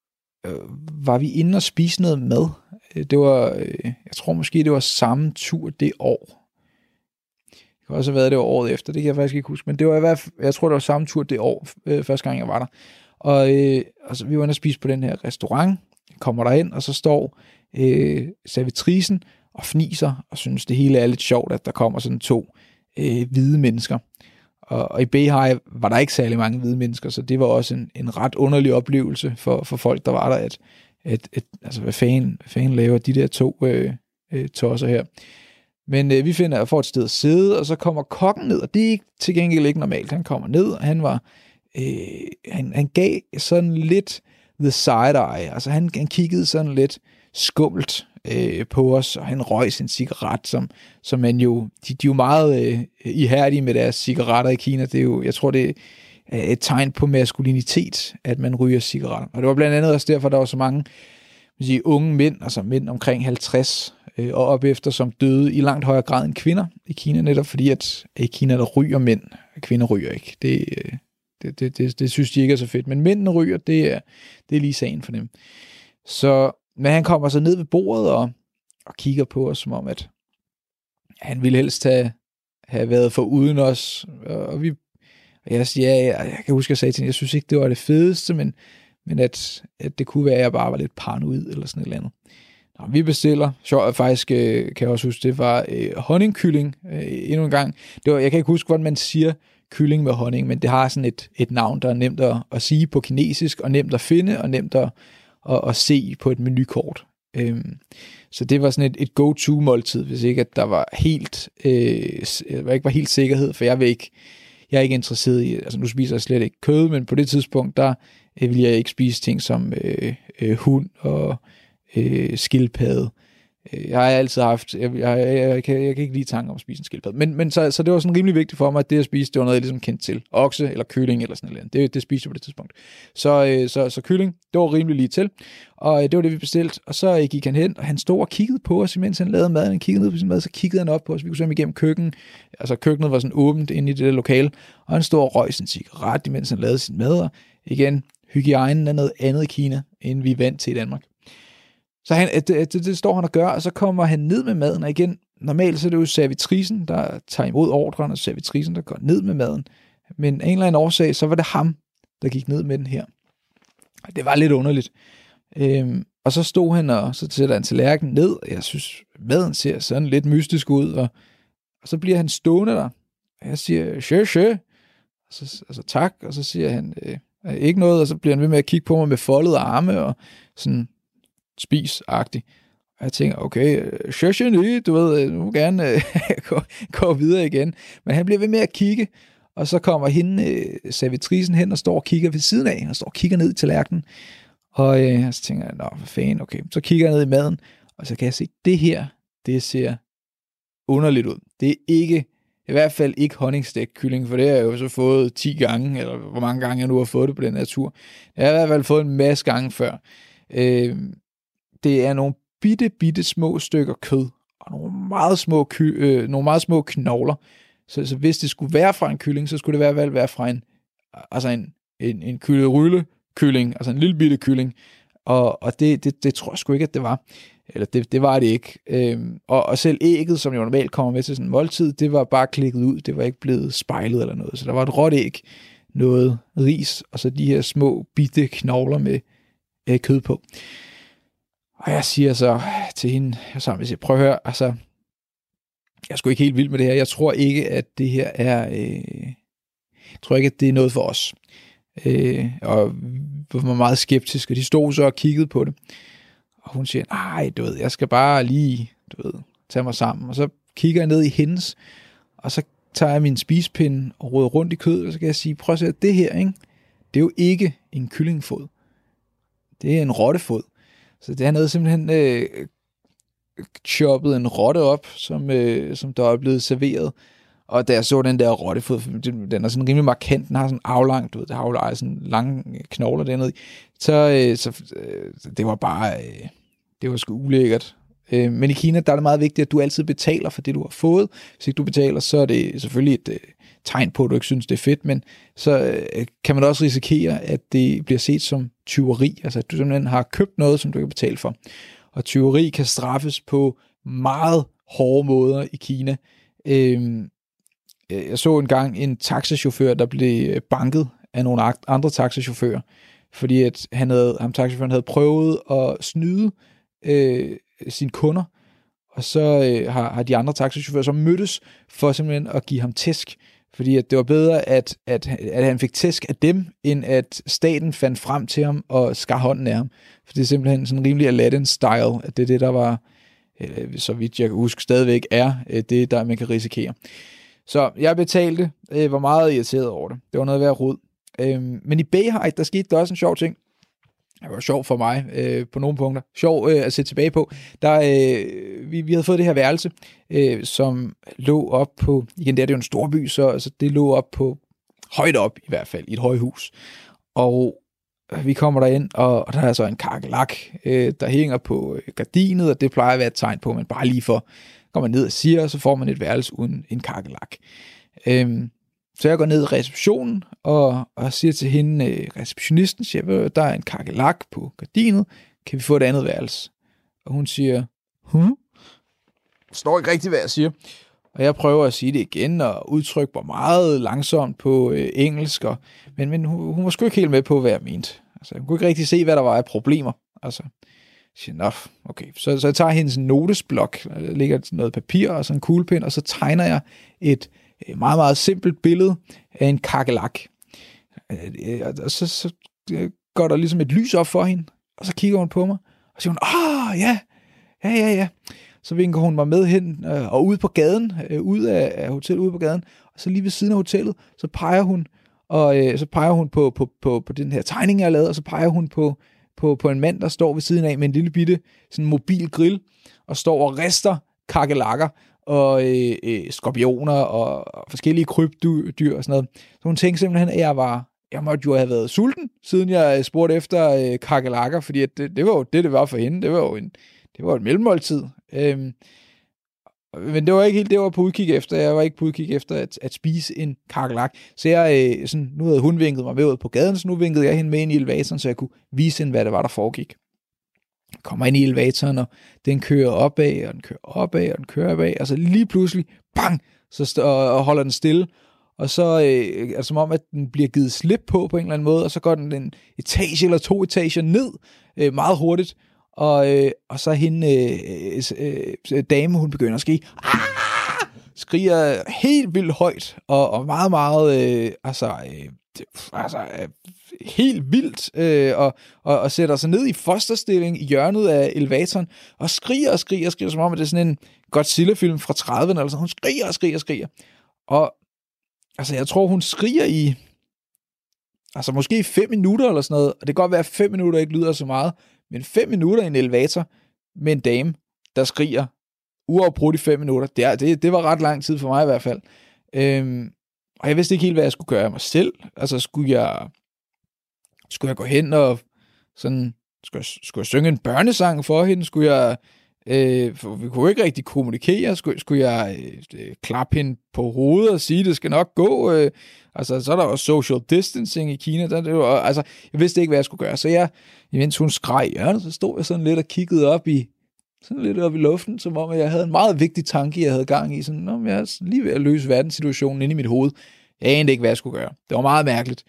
var vi inde og spise noget mad. Det var, øh, jeg tror måske, det var samme tur det år. Det kan også have været det året efter, det kan jeg faktisk ikke huske, men det var i hvert fald, jeg tror, det var samme tur det år, øh, første gang jeg var der. Og øh, altså, vi var inde og spise på den her restaurant, kommer der ind, og så står øh, servitricen og fniser, og synes, det hele er lidt sjovt, at der kommer sådan to øh, hvide mennesker. Og, og i Beihai var der ikke særlig mange hvide mennesker, så det var også en, en ret underlig oplevelse for, for folk, der var der, at, at, at altså, hvad fanden, hvad fanden laver de der to øh, øh, tosser her. Men øh, vi finder får et sted at sidde, og så kommer kokken ned, og det er ikke, til gengæld ikke normalt. Han kommer ned, og han var, øh, han, han gav sådan lidt the side eye, altså han, han kiggede sådan lidt skummelt øh, på os, og han røg sin cigaret, som, som man jo, de, de er jo meget øh, ihærdige med deres cigaretter i Kina. Det er jo, jeg tror, det er et tegn på maskulinitet, at man ryger cigaretter. Og det var blandt andet også derfor, der var så mange sige, unge mænd, altså mænd omkring halvtreds øh, og op efter, som døde i langt højere grad end kvinder i Kina, netop fordi, at i Kina, der ryger mænd, kvinder ryger ikke. Det, øh, det, det, det, det synes de ikke er så fedt. Men mændene ryger, det er, det er lige sagen for dem. Så men han kommer så ned ved bordet og, og kigger på os, som om, at han ville helst have, have været for uden os. Og, vi, og jeg siger, ja, jeg, jeg kan huske, at jeg sagde til hende, jeg synes ikke, det var det fedeste, men, men at, at det kunne være, at jeg bare var lidt paranoid eller sådan et eller andet. Nå, vi bestiller, sjovt, faktisk kan jeg også huske, det var øh, honningkylling øh, endnu en gang. Det var, jeg kan ikke huske, hvordan man siger kylling med honning, men det har sådan et, et navn, der er nemt at, at sige på kinesisk, og nemt at finde, og nemt at og, og se på et menukort. Øhm, så det var sådan et, et go-to-måltid, hvis ikke at der var helt, øh, ikke var helt sikkerhed, for jeg vil ikke, jeg er ikke interesseret i, altså nu spiser jeg slet ikke kød, men på det tidspunkt, der øh, vil jeg ikke spise ting som øh, øh, hund og øh, skildpadde. Jeg har altid haft, jeg, jeg, jeg, jeg, kan, jeg kan ikke lide tanker om at spise en skildpadde, men, men så, så det var sådan rimelig vigtigt for mig, at det at spise, det var noget, jeg ligesom kendte til. Okse eller kylling eller sådan noget. Det, det spiste jeg på det tidspunkt. Så, øh, så, så kylling, det var rimelig lige til, og øh, det var det, vi bestilte. Og så øh, gik han hen, og han stod og kiggede på os, imens han lavede maden. Han kiggede ned på sin mad, så kiggede han op på os. Vi kunne se ham igennem køkken. Altså køkkenet var sådan åbent inde i det der lokale, og han stod og røg sin cigaret, imens han lavede sin mad. Og igen, hygiejnen er noget andet i Kina, end vi er vant til i Danmark. Så han, det, det, det står han og gør, og så kommer han ned med maden, og igen, normalt så er det jo servitricen, der tager imod ordren, og servitricen, der går ned med maden. Men af en eller anden årsag, så var det ham, der gik ned med den her. Og det var lidt underligt. Øhm, og så stod han, og så sætter han tallerkenen ned, og jeg synes, maden ser sådan lidt mystisk ud, og, og så bliver han stående der. Og jeg siger, sjø, sjø. Og så, altså tak, og så siger han, øh, ikke noget, og så bliver han ved med at kigge på mig med foldede arme, og sådan spis-agtig. Og jeg tænker, okay, sjøsjøny, du ved, nu må gerne øh, gå, gå videre igen. Men han bliver ved med at kigge, og så kommer hende, øh, servitricen hen og står og kigger ved siden af, og står og kigger ned i tallerkenen. Og øh, så tænker jeg, nå, hvad fanden, okay. Så kigger jeg ned i maden, og så kan jeg se, det her, det ser underligt ud. Det er ikke, i hvert fald ikke honningstegt kylling, for det har jeg jo så fået ti gange, eller hvor mange gange jeg nu har fået det på den her tur. Jeg har i hvert fald fået en masse gange før. Øh, Det er nogle bitte, bitte små stykker kød, og nogle meget små, ky- øh, nogle meget små knogler. Så, så hvis det skulle være fra en kylling, så skulle det i hvert fald være fra en, altså en, en, en kyllerylle kylling, altså en lille bitte kylling. Og, og det, det, det tror jeg sgu ikke, at det var. Eller det, det var det ikke. Øhm, og, og selv ægget, som jo normalt kommer med til sådan en måltid, det var bare klikket ud. Det var ikke blevet spejlet eller noget. Så der var et råt æg, noget ris, og så de her små, bitte knogler med øh, kød på. Og jeg siger så til hende, jeg sammen siger, prøv at høre, altså, jeg er sgu ikke helt vild med det her. Jeg tror ikke, at det her er, øh, jeg tror ikke, at det er noget for os. Øh, og vi var meget skeptiske, og de stod så og kiggede på det. Og hun siger, nej, du ved, jeg skal bare lige, du ved, tage mig sammen. Og så kigger jeg ned i hendes, og så tager jeg min spisepinde og rører rundt i kødet, og så kan jeg sige, prøv at se, det her, ikke? Det er jo ikke en kyllingfod. Det er en rottefod. Så det han havde simpelthen øh, choppet en rotte op, som, øh, som der er blevet serveret. Og da jeg så den der rottefod, den er sådan rimelig markant, den har sådan aflangt, du ved, det har sådan lange knogler dernede, så, øh, så øh, det var bare, øh, det var sgu ulækkert. Øh, men i Kina, der er det meget vigtigt, at du altid betaler for det, du har fået. Hvis ikke du betaler, så er det selvfølgelig et øh, tegn på, at du ikke synes, det er fedt, men så øh, kan man også risikere, at det bliver set som tyveri, altså at du simpelthen har købt noget, som du ikke betale for. Og tyveri kan straffes på meget hårde måder i Kina. Øh, jeg så engang en taxachauffør, der blev banket af nogle andre taxachauffører, fordi at han havde, ham taxachaufføren havde prøvet at snyde øh, sine kunder, og så øh, har, har de andre taxachauffører så mødtes for simpelthen at give ham tæsk, fordi at det var bedre, at, at, at han fik tæsk af dem, end at staten fandt frem til ham og skar hånden af ham. For det er simpelthen sådan rimelig Aladdin-style, at det er det, der var, øh, så vidt jeg kan huske, stadigvæk er øh, det, der man kan risikere. Så jeg betalte, øh, var meget irriteret over det. Det var noget værd rod. Øh, men i Beihai, der skete der også en sjov ting. Det var sjov for mig øh, på nogle punkter. Sjov øh, at se tilbage på. Der, øh, vi, vi havde fået det her værelse, øh, som lå op på, igen der er det jo en stor by, så altså, det lå op på, højt op i hvert fald, i et højhus. Og vi kommer derind, og, og der er så en kakelak, øh, der hænger på gardinet, og det plejer at være et tegn på, at man bare lige får, går man ned og siger, og så får man et værelse uden en kakelak. Øh, Så jeg går ned i receptionen og, og siger til hende, øh, receptionisten, siger, der er en kakelak på gardinet, kan vi få et andet værelse? Og hun siger, hm? Jeg forstår ikke rigtigt, hvad jeg siger. Og jeg prøver at sige det igen, og udtrykke mig meget langsomt på øh, engelsk, og, men, men hun, hun var sgu ikke helt med på, hvad jeg mente. Altså, hun kunne ikke rigtig se, hvad der var af problemer. Altså, jeg siger, nå, okay. Så, så jeg tager hendes notesblok, der ligger noget papir og sådan en kuglepen, og så tegner jeg et et meget, meget simpelt billede af en kakelak. Og så, så går der ligesom et lys op for hende, og så kigger hun på mig, og siger hun, åh, ja, ja, ja, ja. Så vinker hun mig med hen, og ud på gaden, ud af hotellet, ude på gaden, og så lige ved siden af hotellet, så peger hun, og så peger hun på, på, på, på den her tegning, jeg har lavet, og så peger hun på, på, på en mand, der står ved siden af med en lille bitte sådan en mobil grill, og står og rister kakelakker, og øh, øh, skorpioner og, og forskellige krybdyr og sådan noget. Så hun tænkte simpelthen, at jeg var, jeg måtte jo have været sulten, siden jeg spurgte efter øh, kakelakker, fordi at det, det var jo det, det var for hende. Det var jo en, det var et mellemmåltid. Øhm, men det var ikke helt det, jeg var på udkig efter. Jeg var ikke på udkig efter at, at spise en kakelak. Så jeg, øh, sådan, nu havde hun vinket mig med ud på gaden, så nu vinkede jeg hende med ind i elevatoren, så jeg kunne vise hende, hvad det var, der foregik. Jeg kommer ind i elevatoren, og den kører opad, og den kører opad, og den kører opad, og så lige pludselig, bang, så st- og holder den stille, og så øh, er det som om, at den bliver givet slip på, på en eller anden måde, og så går den en etage eller to etager ned, øh, meget hurtigt, og, øh, og så hende, øh, øh, dame, hun begynder at skrige, ah! Skriger helt vildt højt, og, og meget, meget, øh, altså, øh, altså, øh, helt vildt, øh, og, og, og sætter sig ned i fosterstilling i hjørnet af elevatoren, og skriger og skriger og skriger, som om at det er sådan en Godzilla-film fra trediverne, eller sådan. Hun skriger og skriger og skriger. Og altså, jeg tror, hun skriger i, altså måske fem minutter eller sådan noget, og det kan godt være, at fem minutter ikke lyder så meget, men fem minutter i en elevator med en dame, der skriger uafbrudt i fem minutter, det, er, det, det var ret lang tid for mig i hvert fald. Øhm, og jeg vidste ikke helt, hvad jeg skulle gøre af mig selv. Altså, skulle jeg Skulle jeg gå hen og sådan, skulle jeg, skulle jeg synge en børnesang for hende? Skulle jeg, øh, for vi kunne ikke rigtig kommunikere, skulle, skulle jeg øh, klappe hende på hovedet og sige, det skal nok gå? Øh, altså, så er der jo social distancing i Kina. Der, det var, altså, jeg vidste ikke, hvad jeg skulle gøre. Så jeg, imens hun skreg i hjørnet, så stod jeg sådan lidt og kiggede op i, sådan lidt op i luften, som om jeg havde en meget vigtig tanke, jeg havde gang i. Sådan, om jeg er lige ved at løse verdenssituationen inde i mit hoved. Jeg anede ikke, hvad jeg skulle gøre. Det var meget mærkeligt.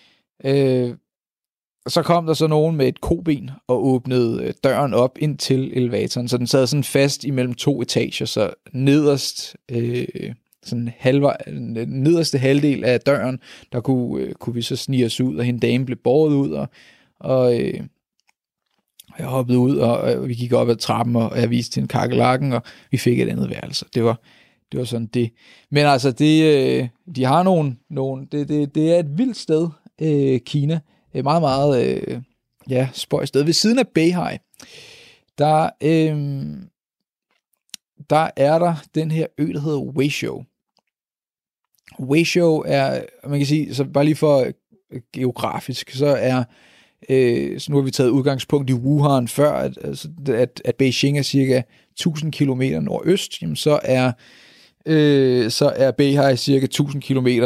Øh, Og så kom der så nogen med et koben og åbnede døren op ind til elevatoren, så den sad sådan fast imellem to etager, så nederst, øh, sådan halver, nederste halvdel af døren, der kunne, øh, kunne vi så snige os ud, og hende dame blev båret ud, og, og øh, jeg hoppede ud, og, og vi gik op ad trappen, og jeg viste hende kakelakken, og vi fik et andet værelse. Det var, det var sådan det. Men altså, det, øh, de har nogle, nogle det, det, det er et vildt sted, øh, Kina. Et meget, meget øh, ja, spøjt sted. Ved siden af Beihai, der, øh, der er der den her ø, der hedder Weizhou. Weizhou er, man kan sige, så bare lige for geografisk, så er, øh, så nu har vi taget udgangspunkt i Wuhan før, at, at, at Beijing er cirka tusind kilometer nordøst, jamen så er, øh, så er Beihai cirka tusind kilometer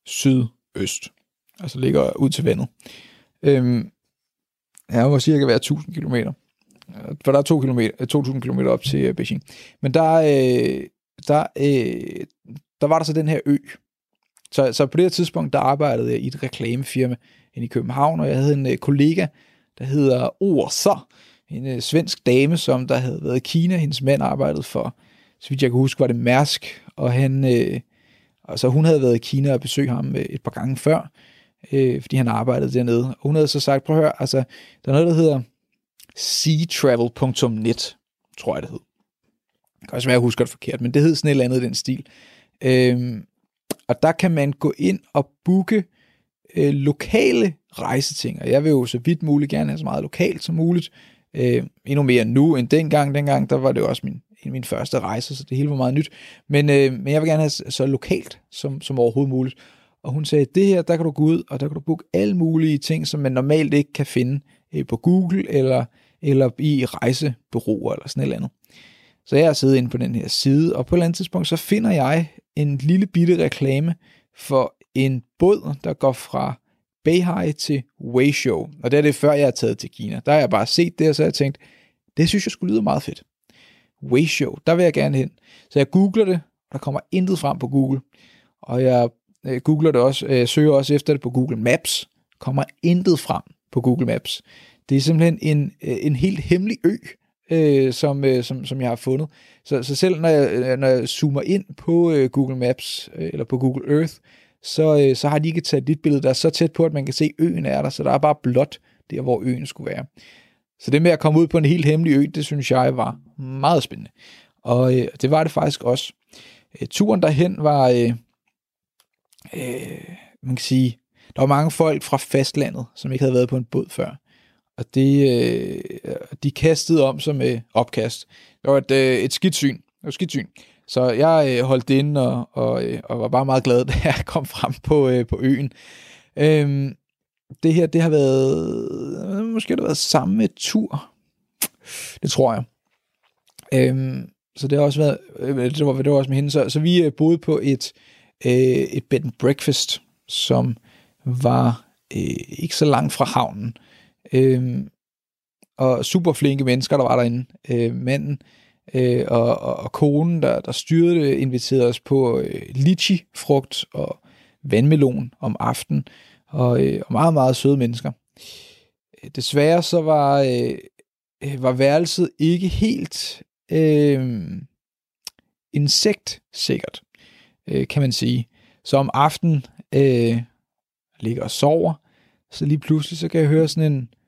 sydøst. Altså ligger ud til vandet. Øhm, ja, det må cirka være tusind kilometer. For der er to kilometer, to tusind kilometer op til Beijing. Men der, øh, der, øh, der var der så den her ø. Så, så på det her tidspunkt, der arbejdede jeg i et reklamefirma inde i København, og jeg havde en øh, kollega, der hedder Orsa, en øh, svensk dame, som der havde været i Kina. Hendes mand arbejdede for, så vidt jeg kan huske, var det Mærsk, og han, øh, altså hun havde været i Kina og besøgt ham øh, et par gange før, øh, fordi han arbejdede dernede. Og hun havde så sagt, prøv at høre, altså, der er noget, der hedder sea travel punktum net, tror jeg, det hed. Det kan også være, jeg husker det forkert, men det hed sådan et eller andet i den stil. Øhm, og der kan man gå ind og booke øh, lokale rejseting, og jeg vil jo så vidt muligt gerne have så meget lokalt som muligt. Øh, endnu mere nu end dengang. Dengang, der var det jo også min, en af mine første rejser, så det hele var meget nyt. Men, øh, men jeg vil gerne have så lokalt som, som overhovedet muligt. Og hun sagde, det her, der kan du gå ud, og der kan du booke alle mulige ting, som man normalt ikke kan finde øh, på Google, eller, eller i rejsebureauer, eller sådan et eller andet. Så jeg har siddet inde på den her side, og på et eller andet tidspunkt, så finder jeg en lille bitte reklame for en båd, der går fra Beihai til Weizhou. Og det er det før jeg er taget til Kina. Der har jeg bare set det, og så har jeg tænkt, det synes jeg skulle lyde meget fedt. Weizhou, der vil jeg gerne hen. Så jeg googler det, og der kommer intet frem på Google. Og jeg øh, googler det også, øh, søger også efter det på Google Maps. Kommer intet frem på Google Maps. Det er simpelthen en, øh, en helt hemmelig ø, øh, som, øh, som, som jeg har fundet. Så, så selv når jeg, når jeg zoomer ind på øh, Google Maps, øh, eller på Google Earth, så, øh, så har de ikke et satellitbillede, der er så tæt på, at man kan se, at øen er der, så der er bare blot der, hvor øen skulle være. Så det med at komme ud på en helt hemmelig ø, det synes jeg var meget spændende. Og øh, det var det faktisk også. Øh, turen derhen var, øh, øh, man kan sige, der var mange folk fra fastlandet, som ikke havde været på en båd før. Og det, øh, de kastede om som øh, opkast. Det var et, øh, et skidt syn. Det var et skidt syn. Så jeg øh, holdt det inde og, og, øh, og var bare meget glad, da jeg kom frem på, øh, på øen. Øhm, det her, det har været, måske har det været samme tur. Det tror jeg. Øhm, så det har også været, øh, det, var, det var også med hende. Så, så vi øh, boede på et, øh, et bed and breakfast, som var øh, ikke så langt fra havnen. Øhm, og super flinke mennesker, der var derinde. Øh, manden øh, og, og, og konen, der, der styrede det, inviterede os på øh, litchi-frugt og vandmelon om aftenen, og, øh, og meget, meget søde mennesker. Desværre så var, øh, var værelset ikke helt øh, insektsikkert, øh, kan man sige. Så om aftenen øh, ligger og sover, så lige pludselig så kan jeg høre sådan en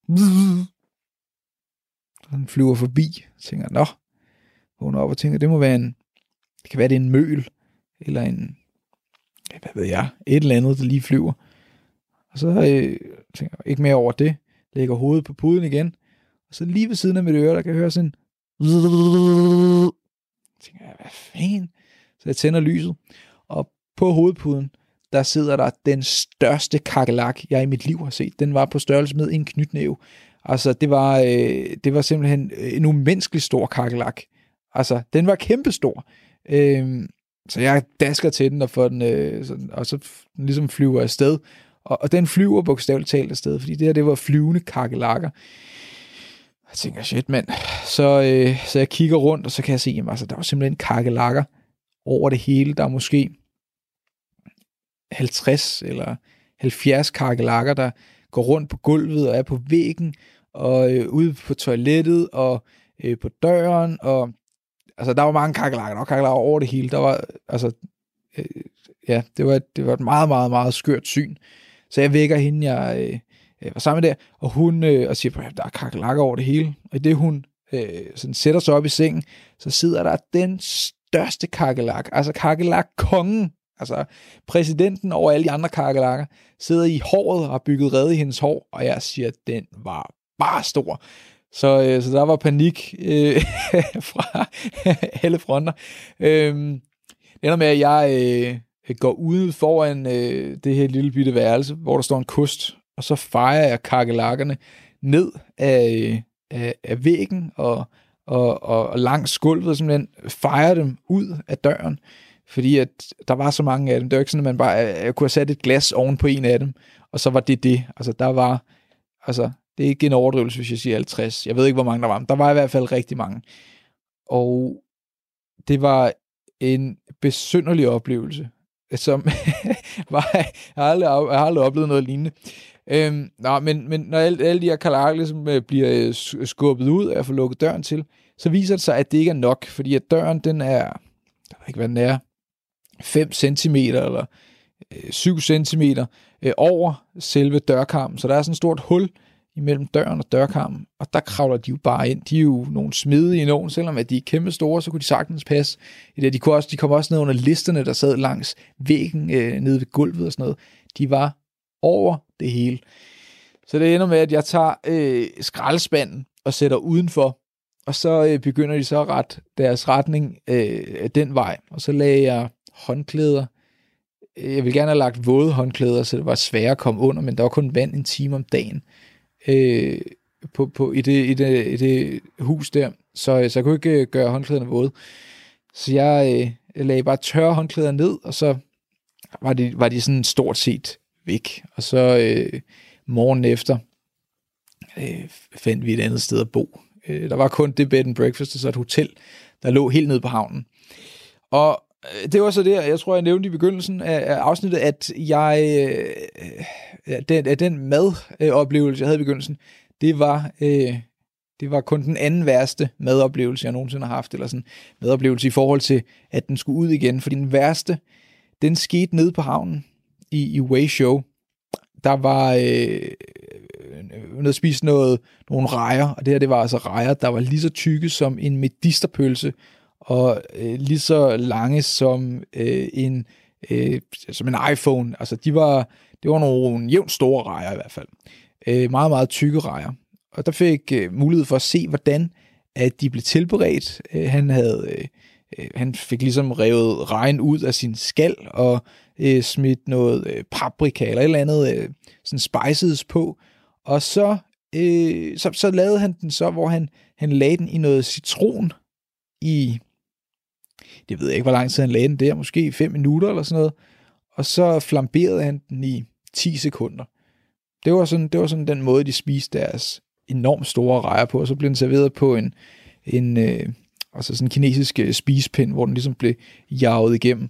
den flyver forbi. Jeg tænker, nå, vågner op og tænker, det må være en, det kan være det er en møl, eller en, hvad ved jeg, et eller andet, der lige flyver. Og så øh, tænker jeg ikke mere over det, lægger hovedet på puden igen, og så lige ved siden af mit øre, der kan jeg høre sådan en, tænker jeg, hvad fanden? Så jeg tænder lyset, og på hovedpuden, der sidder der den største kakelak, jeg i mit liv har set. Den var på størrelse med en knytnæve. Altså, det var, øh, det var simpelthen en umenneskelig stor kakelak. Altså, den var kæmpestor. Øh, så jeg dasker til den, og, får den, øh, sådan, og så den ligesom flyver afsted. Og, og den flyver bogstaveligt talt afsted, fordi det her, det var flyvende kakelakker. Jeg tænker, shit mand. Så, øh, så jeg kigger rundt, og så kan jeg se, jamen, altså, der var simpelthen kakelakker over det hele. Der er måske halvtreds eller halvfjerds kakelakker, der går rundt på gulvet og er på væggen, og øh, ude på toilettet, og øh, på døren, og altså, der var mange kakelakker, der var kakelakker over det hele. Der var, altså, øh, ja, det var, det var et meget, meget, meget skørt syn. Så jeg vækker hende, jeg øh, var sammen med der, og hun øh, og siger, der er kakelakker over det hele. Og i det hun øh, sådan sætter sig op i sengen, så sidder der den største kakelak, altså kakelak-kongen, altså præsidenten over alle de andre kakelakker, sidder i håret og har bygget rede i hendes hår, og jeg siger, at den var bare stor. Så, øh, så der var panik øh, fra alle fronter. Øh, det ender med, at jeg øh, går ude foran øh, det her lille bitte værelse, hvor der står en kost, og så fejrer jeg kakelakkerne ned af, af, af væggen, og, og, og, og langs gulvet simpelthen fejre dem ud af døren, fordi at der var så mange af dem. Det var ikke sådan, at man bare jeg kunne have sat et glas oven på en af dem, og så var det det. Altså, der var, altså, det er ikke en overdrivelse, hvis jeg siger halvtreds. Jeg ved ikke, hvor mange der var, men der var i hvert fald rigtig mange. Og det var en besynderlig oplevelse, som var, jeg, har aldrig, jeg har aldrig oplevet noget lignende. Øhm, nå, men, men når alle, alle de her kalakker ligesom, øh, bliver skubbet ud og får lukket døren til, så viser det sig, at det ikke er nok, fordi at døren, den er, jeg ved ikke, hvad den er, fem centimeter eller øh, syv centimeter øh, over selve dørkarmen, så der er sådan et stort hul imellem døren og dørkarmen, og der kravler de jo bare ind. De er jo nogle smidige i nogen, selvom at de er kæmpe store, så kunne de sagtens passe i det. De, kunne også, de kom også ned under listerne, der sad langs væggen øh, nede ved gulvet og sådan noget. De var over det hele. Så det ender med, at jeg tager øh, skraldespanden og sætter udenfor, og så øh, begynder de så at rette deres retning øh, den vej, og så lagde jeg håndklæder. Jeg ville gerne have lagt våde håndklæder, så det var svært at komme under, men der var kun vand en time om dagen øh, på, på, i, det, i, det, i det hus der, så, så jeg kunne ikke gøre håndklæderne våde. Så jeg, øh, jeg lagde bare tørre håndklæder ned, og så var de, var de sådan stort set væk. Og så øh, morgen efter øh, fandt vi et andet sted at bo. Øh, der var kun det bed and breakfast, og så et hotel, der lå helt nede på havnen. Og det var så der, jeg tror, jeg nævnte i begyndelsen af afsnittet, at jeg, øh, den, den madoplevelse, jeg havde i begyndelsen, det var, øh, det var kun den anden værste madoplevelse, jeg nogensinde har haft, eller sådan madoplevelse i forhold til, at den skulle ud igen. For den værste, den skete nede på havnen i, i Wayshow. Der var øh, noget at spise noget, nogle rejer, og det her, det var altså rejer, der var lige så tykke som en medisterpølse, og øh, lige så lange som øh, en øh, som en iPhone. Altså de var det var nogle jævnt store rejer i hvert fald. Øh, meget meget tykke rejer. Og der fik øh, mulighed for at se hvordan at de blev tilberedt. Øh, han havde øh, han fik ligesom revet rejen ud af sin skal og øh, smidt noget øh, paprika eller et eller andet øh, sådan spices på. Og så øh, så så lavede han den så hvor han han lagde den i noget citron i, det ved jeg ikke, hvor lang tid han lagde den der, måske fem minutter eller sådan noget, og så flamberede han den i ti sekunder. Det var sådan, det var sådan den måde, de spiste deres enormt store rejer på, og så blev den serveret på en, en øh, altså sådan en kinesisk spisepind, hvor den ligesom blev jaget igennem.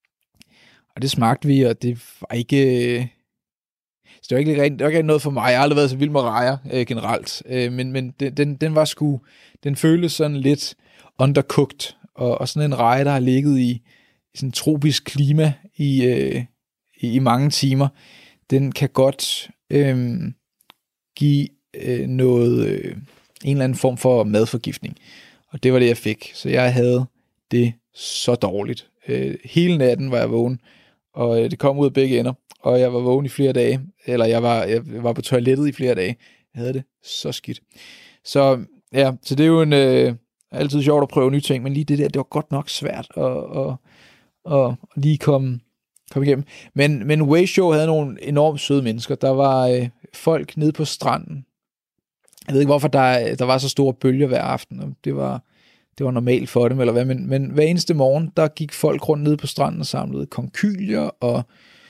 Og det smagte vi, og det var ikke, øh, det var ikke, det var ikke noget for mig. Jeg har aldrig været så vild med rejer øh, generelt, øh, men, men den, den var sgu, den føltes sådan lidt undercooked, og, og sådan en reje, der har ligget i, i sådan tropisk klima i, øh, i, i mange timer, den kan godt øh, give øh, noget, øh, en eller anden form for madforgiftning. Og det var det, jeg fik. Så jeg havde det så dårligt. Øh, hele natten var jeg vågen, og øh, det kom ud af begge ender, og jeg var vågen i flere dage, eller jeg var, jeg var på toilettet i flere dage. Jeg havde det så skidt. Så ja, så det er jo en... Øh, altid sjovt at prøve nye ting, men lige det der, det var godt nok svært at, at, at, at lige komme, komme igennem. Men, men Wayshow havde nogle enormt søde mennesker. Der var øh, folk nede på stranden. Jeg ved ikke, hvorfor der, der var så store bølger hver aften. Det var, det var normalt for dem, eller hvad. Men, men hver eneste morgen, der gik folk rundt nede på stranden og samlede konkylier og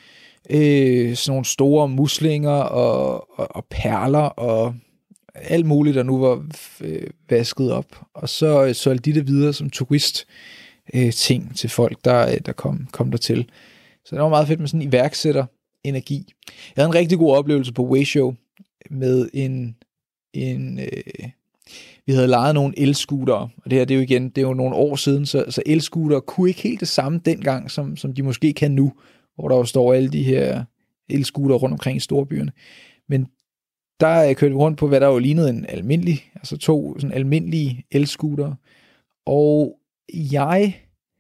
øh, sådan nogle store muslinger og, og, og perler og alt muligt, der nu var øh, vasket op. Og så øh, solgte de det videre som turist øh, ting til folk, der, øh, der kom, kom der til. Så det var meget fedt med sådan en iværksætter energi. Jeg havde en rigtig god oplevelse på Wayshow med en, en øh, vi havde lejet nogle elscootere, og det her, det er jo igen, det er jo nogle år siden, så, så elscootere kunne ikke helt det samme dengang, som, som de måske kan nu, hvor der jo står alle de her elscootere rundt omkring i storbyerne. Men der kørte vi rundt på, hvad der jo lignede en almindelig, altså to sådan almindelige elscootere, og jeg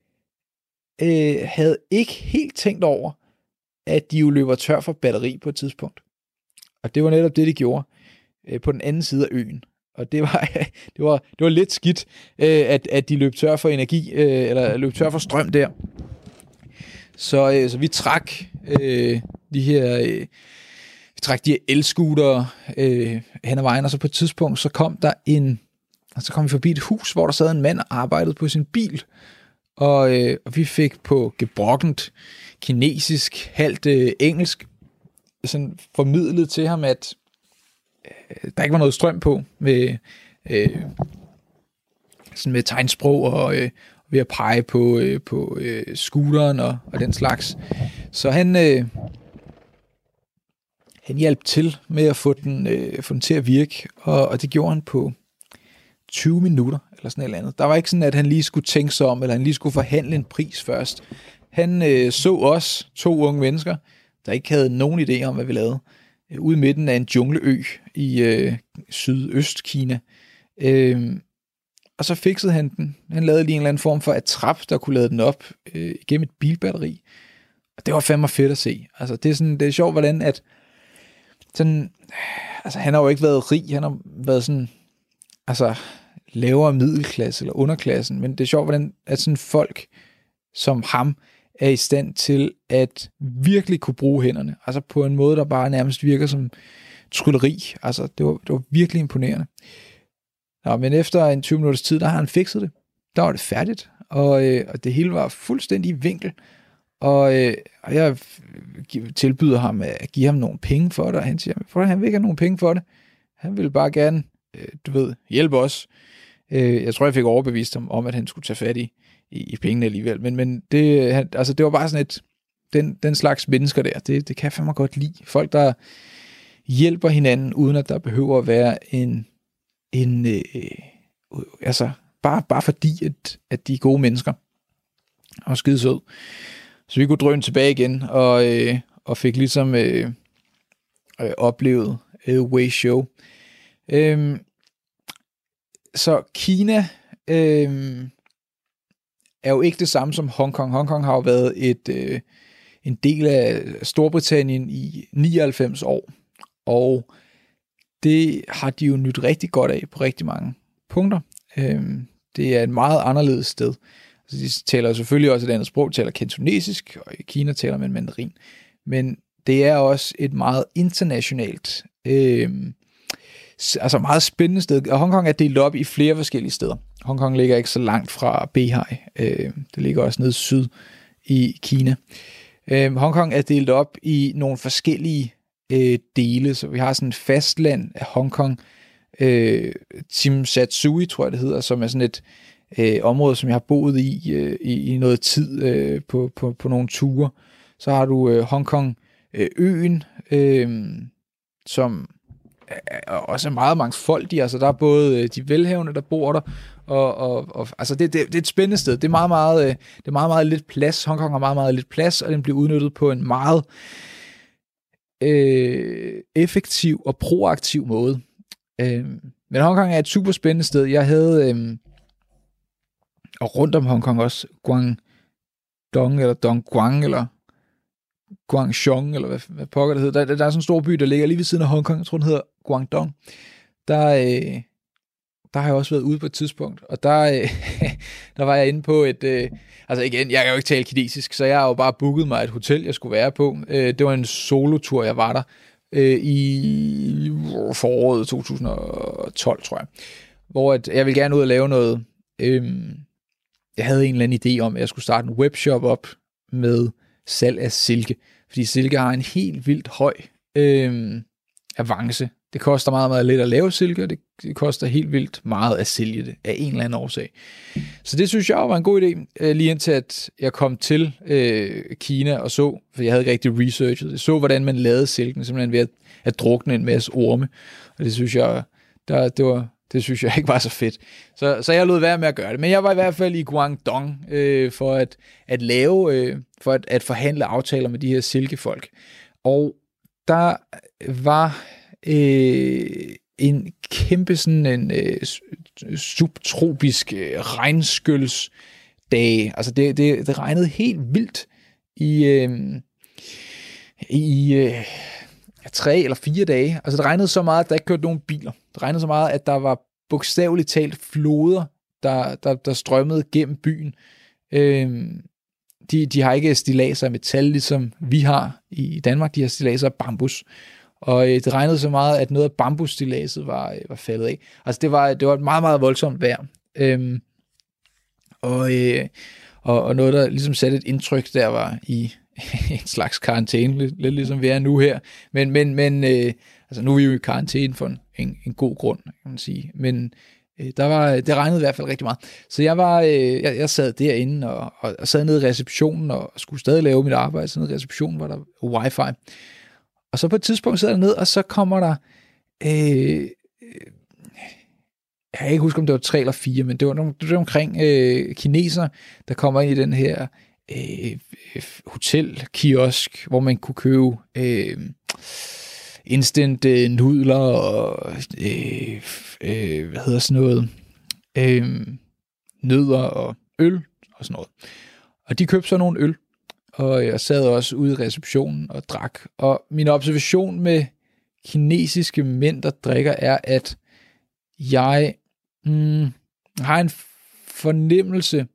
øh, havde ikke helt tænkt over, at de jo løber tør for batteri på et tidspunkt. Og det var netop det, de gjorde øh, på den anden side af øen. Og det var, det var, det var lidt skidt, øh, at, at de løb tør for energi, øh, eller løb tør for strøm der. Så, øh, så vi trak øh, de her... Øh, Vi trak de her elscootere øh, hen ad vejen, og så på et tidspunkt, så kom der en, og så kom vi forbi et hus, hvor der sad en mand og arbejdede på sin bil, og, øh, og vi fik på gebrokkent kinesisk, halvt øh, engelsk, sådan formidlet til ham, at øh, der ikke var noget strøm på, med, øh, sådan med tegnsprog og øh, ved at pege på, øh, på øh, scooteren og, og den slags. Så han, øh, han hjalp til med at få den, øh, få den til at virke, og, og det gjorde han på tyve minutter, eller sådan et eller andet. Der var ikke sådan, at han lige skulle tænke sig om, eller han lige skulle forhandle en pris først. Han øh, så os, to unge mennesker, der ikke havde nogen idé om, hvad vi lavede, øh, ude i midten af en jungleø i øh, sydøst-Kina. Øh, og så fikset han den. Han lavede lige en eller anden form for attrap, der kunne lade den op øh, igennem et bilbatteri. Og det var fandme fedt at se. Altså, det er sådan, det er sjovt, hvordan at sådan, altså, han har jo ikke været rig, han har været sådan, altså, lavere middelklasse eller underklassen, men det er sjovt, hvordan at sådan folk som ham er i stand til at virkelig kunne bruge hænderne, altså på en måde, der bare nærmest virker som trylleri. Altså, det var, det var virkelig imponerende. Nå, men efter en tyve minutters tid, der har han fikset det. Der var det færdigt, og, øh, og det hele var fuldstændig i vinkel. Og, øh, og jeg tilbyder ham at give ham nogle penge for det, og han siger, for han vil ikke have nogle penge for det. Han ville bare gerne, øh, du ved, hjælpe os. Øh, jeg tror, jeg fik overbevist ham om, at han skulle tage fat i, i, i pengene alligevel. Men, men det, han, altså, det var bare sådan et, den, den slags mennesker der, det, det kan jeg fandme godt lide. Folk, der hjælper hinanden, uden at der behøver at være en, en øh, altså, bare, bare fordi, at, at de er gode mennesker. Og skide sød. Så vi kunne drøne tilbage igen, og, øh, og fik ligesom øh, øh, oplevet øh, Wei Show. Øhm, så Kina øh, er jo ikke det samme som Hongkong. Hongkong har jo været et, øh, en del af Storbritannien i nioghalvfems år, og det har de jo nydt rigtig godt af på rigtig mange punkter. Øhm, det er et meget anderledes sted. Altså, de taler selvfølgelig også et andet sprog, taler kantonesisk, og i Kina taler man mandarin. Men det er også et meget internationalt, øh, altså meget spændende sted. Og Hongkong er delt op i flere forskellige steder. Hongkong ligger ikke så langt fra Beihai. Øh, det ligger også nede syd i Kina. Øh, Hongkong er delt op i nogle forskellige øh, dele, så vi har sådan et fastland af Hongkong, øh, Tsim Sha Tsui, tror jeg det hedder, som er sådan et øh, område, som jeg har boet i øh, i, i noget tid øh, på, på, på nogle ture. Så har du øh, Hongkong øh, øen, øh, som er også er meget mangfoldig. Altså der er både øh, de velhavende, der bor der, og, og, og altså det, det, det er et spændende sted. Det er meget meget, øh, det er meget meget lidt plads. Hongkong har meget meget lidt plads, og den bliver udnyttet på en meget øh, effektiv og proaktiv måde. Øh, men Hongkong er et super spændende sted. Jeg havde øh, og rundt om Hongkong også Guangdong eller Dongguan eller Guangzhou, eller hvad, hvad pokker det hedder. Der, der er sådan en stor by, der ligger lige ved siden af Hongkong. Jeg tror, den hedder Guangdong. Der, øh, der har jeg også været ude på et tidspunkt, og der, øh, der var jeg inde på et... Øh, altså igen, jeg kan jo ikke tale kinesisk, så jeg har jo bare booket mig et hotel, jeg skulle være på. Øh, det var en solotur, jeg var der øh, i foråret to tusind og tolv, tror jeg. Hvor at jeg ville gerne ud og lave noget... Øh, jeg havde en eller anden idé om, at jeg skulle starte en webshop op med salg af silke. Fordi silke har en helt vildt høj øh, avance. Det koster meget, meget lidt at lave silke, og det, det koster helt vildt meget at sælge det af en eller anden årsag. Så det synes jeg var en god idé, øh, lige indtil at jeg kom til øh, Kina og så, for jeg havde ikke rigtig researchet, jeg så, hvordan man lavede silken, simpelthen ved at, at drukne en masse orme. Og det synes jeg, der, det var... Det synes jeg ikke var så fedt. Så, så jeg lod være med at gøre det. Men jeg var i hvert fald i Guangdong øh, for at, at lave, øh, for at, at forhandle aftaler med de her silkefolk. Og der var øh, en kæmpe sådan en øh, subtropisk øh, regnskølsdag. Altså det, det, det regnede helt vildt i... Øh, i øh, tre eller fire dage. Altså det regnede så meget, at der ikke kørte nogen biler. Det regnede så meget, at der var bogstaveligt talt floder, der, der, der strømmede gennem byen. Øhm, de, de har ikke stilladser af metal, ligesom vi har i Danmark. De har stilladser af bambus. og øh, det regnede så meget, at noget af bambusstiladset var, øh, var faldet af. Altså det var, det var et meget, meget voldsomt vejr. Øhm, og, øh, og, og noget, der ligesom satte et indtryk, der var i en slags karantæne, lidt, lidt ligesom vi er nu her. Men, men, men øh, altså nu er vi jo i karantæne for en, en, en god grund, kan man sige. Men øh, der var, det regnede i hvert fald rigtig meget. Så jeg var, øh, jeg, jeg sad derinde og, og, og sad nede i receptionen og skulle stadig lave mit arbejde. Så nede i receptionen var der wifi. Og så på et tidspunkt sidder jeg ned, og så kommer der, øh, jeg kan ikke huske, om det var tre eller fire, men det var, nogle, det var omkring øh, kineser, der kommer ind i den her øh, hotelkiosk, hvor man kunne købe øh, instant øh, nudler og øh, øh, hvad hedder sådan noget, øh, nødder og øl og sådan noget. Og de købte så nogle øl, og jeg sad også ude i receptionen og drak. Og min observation med kinesiske mænd, der drikker, er, at jeg mm, har en fornemmelse.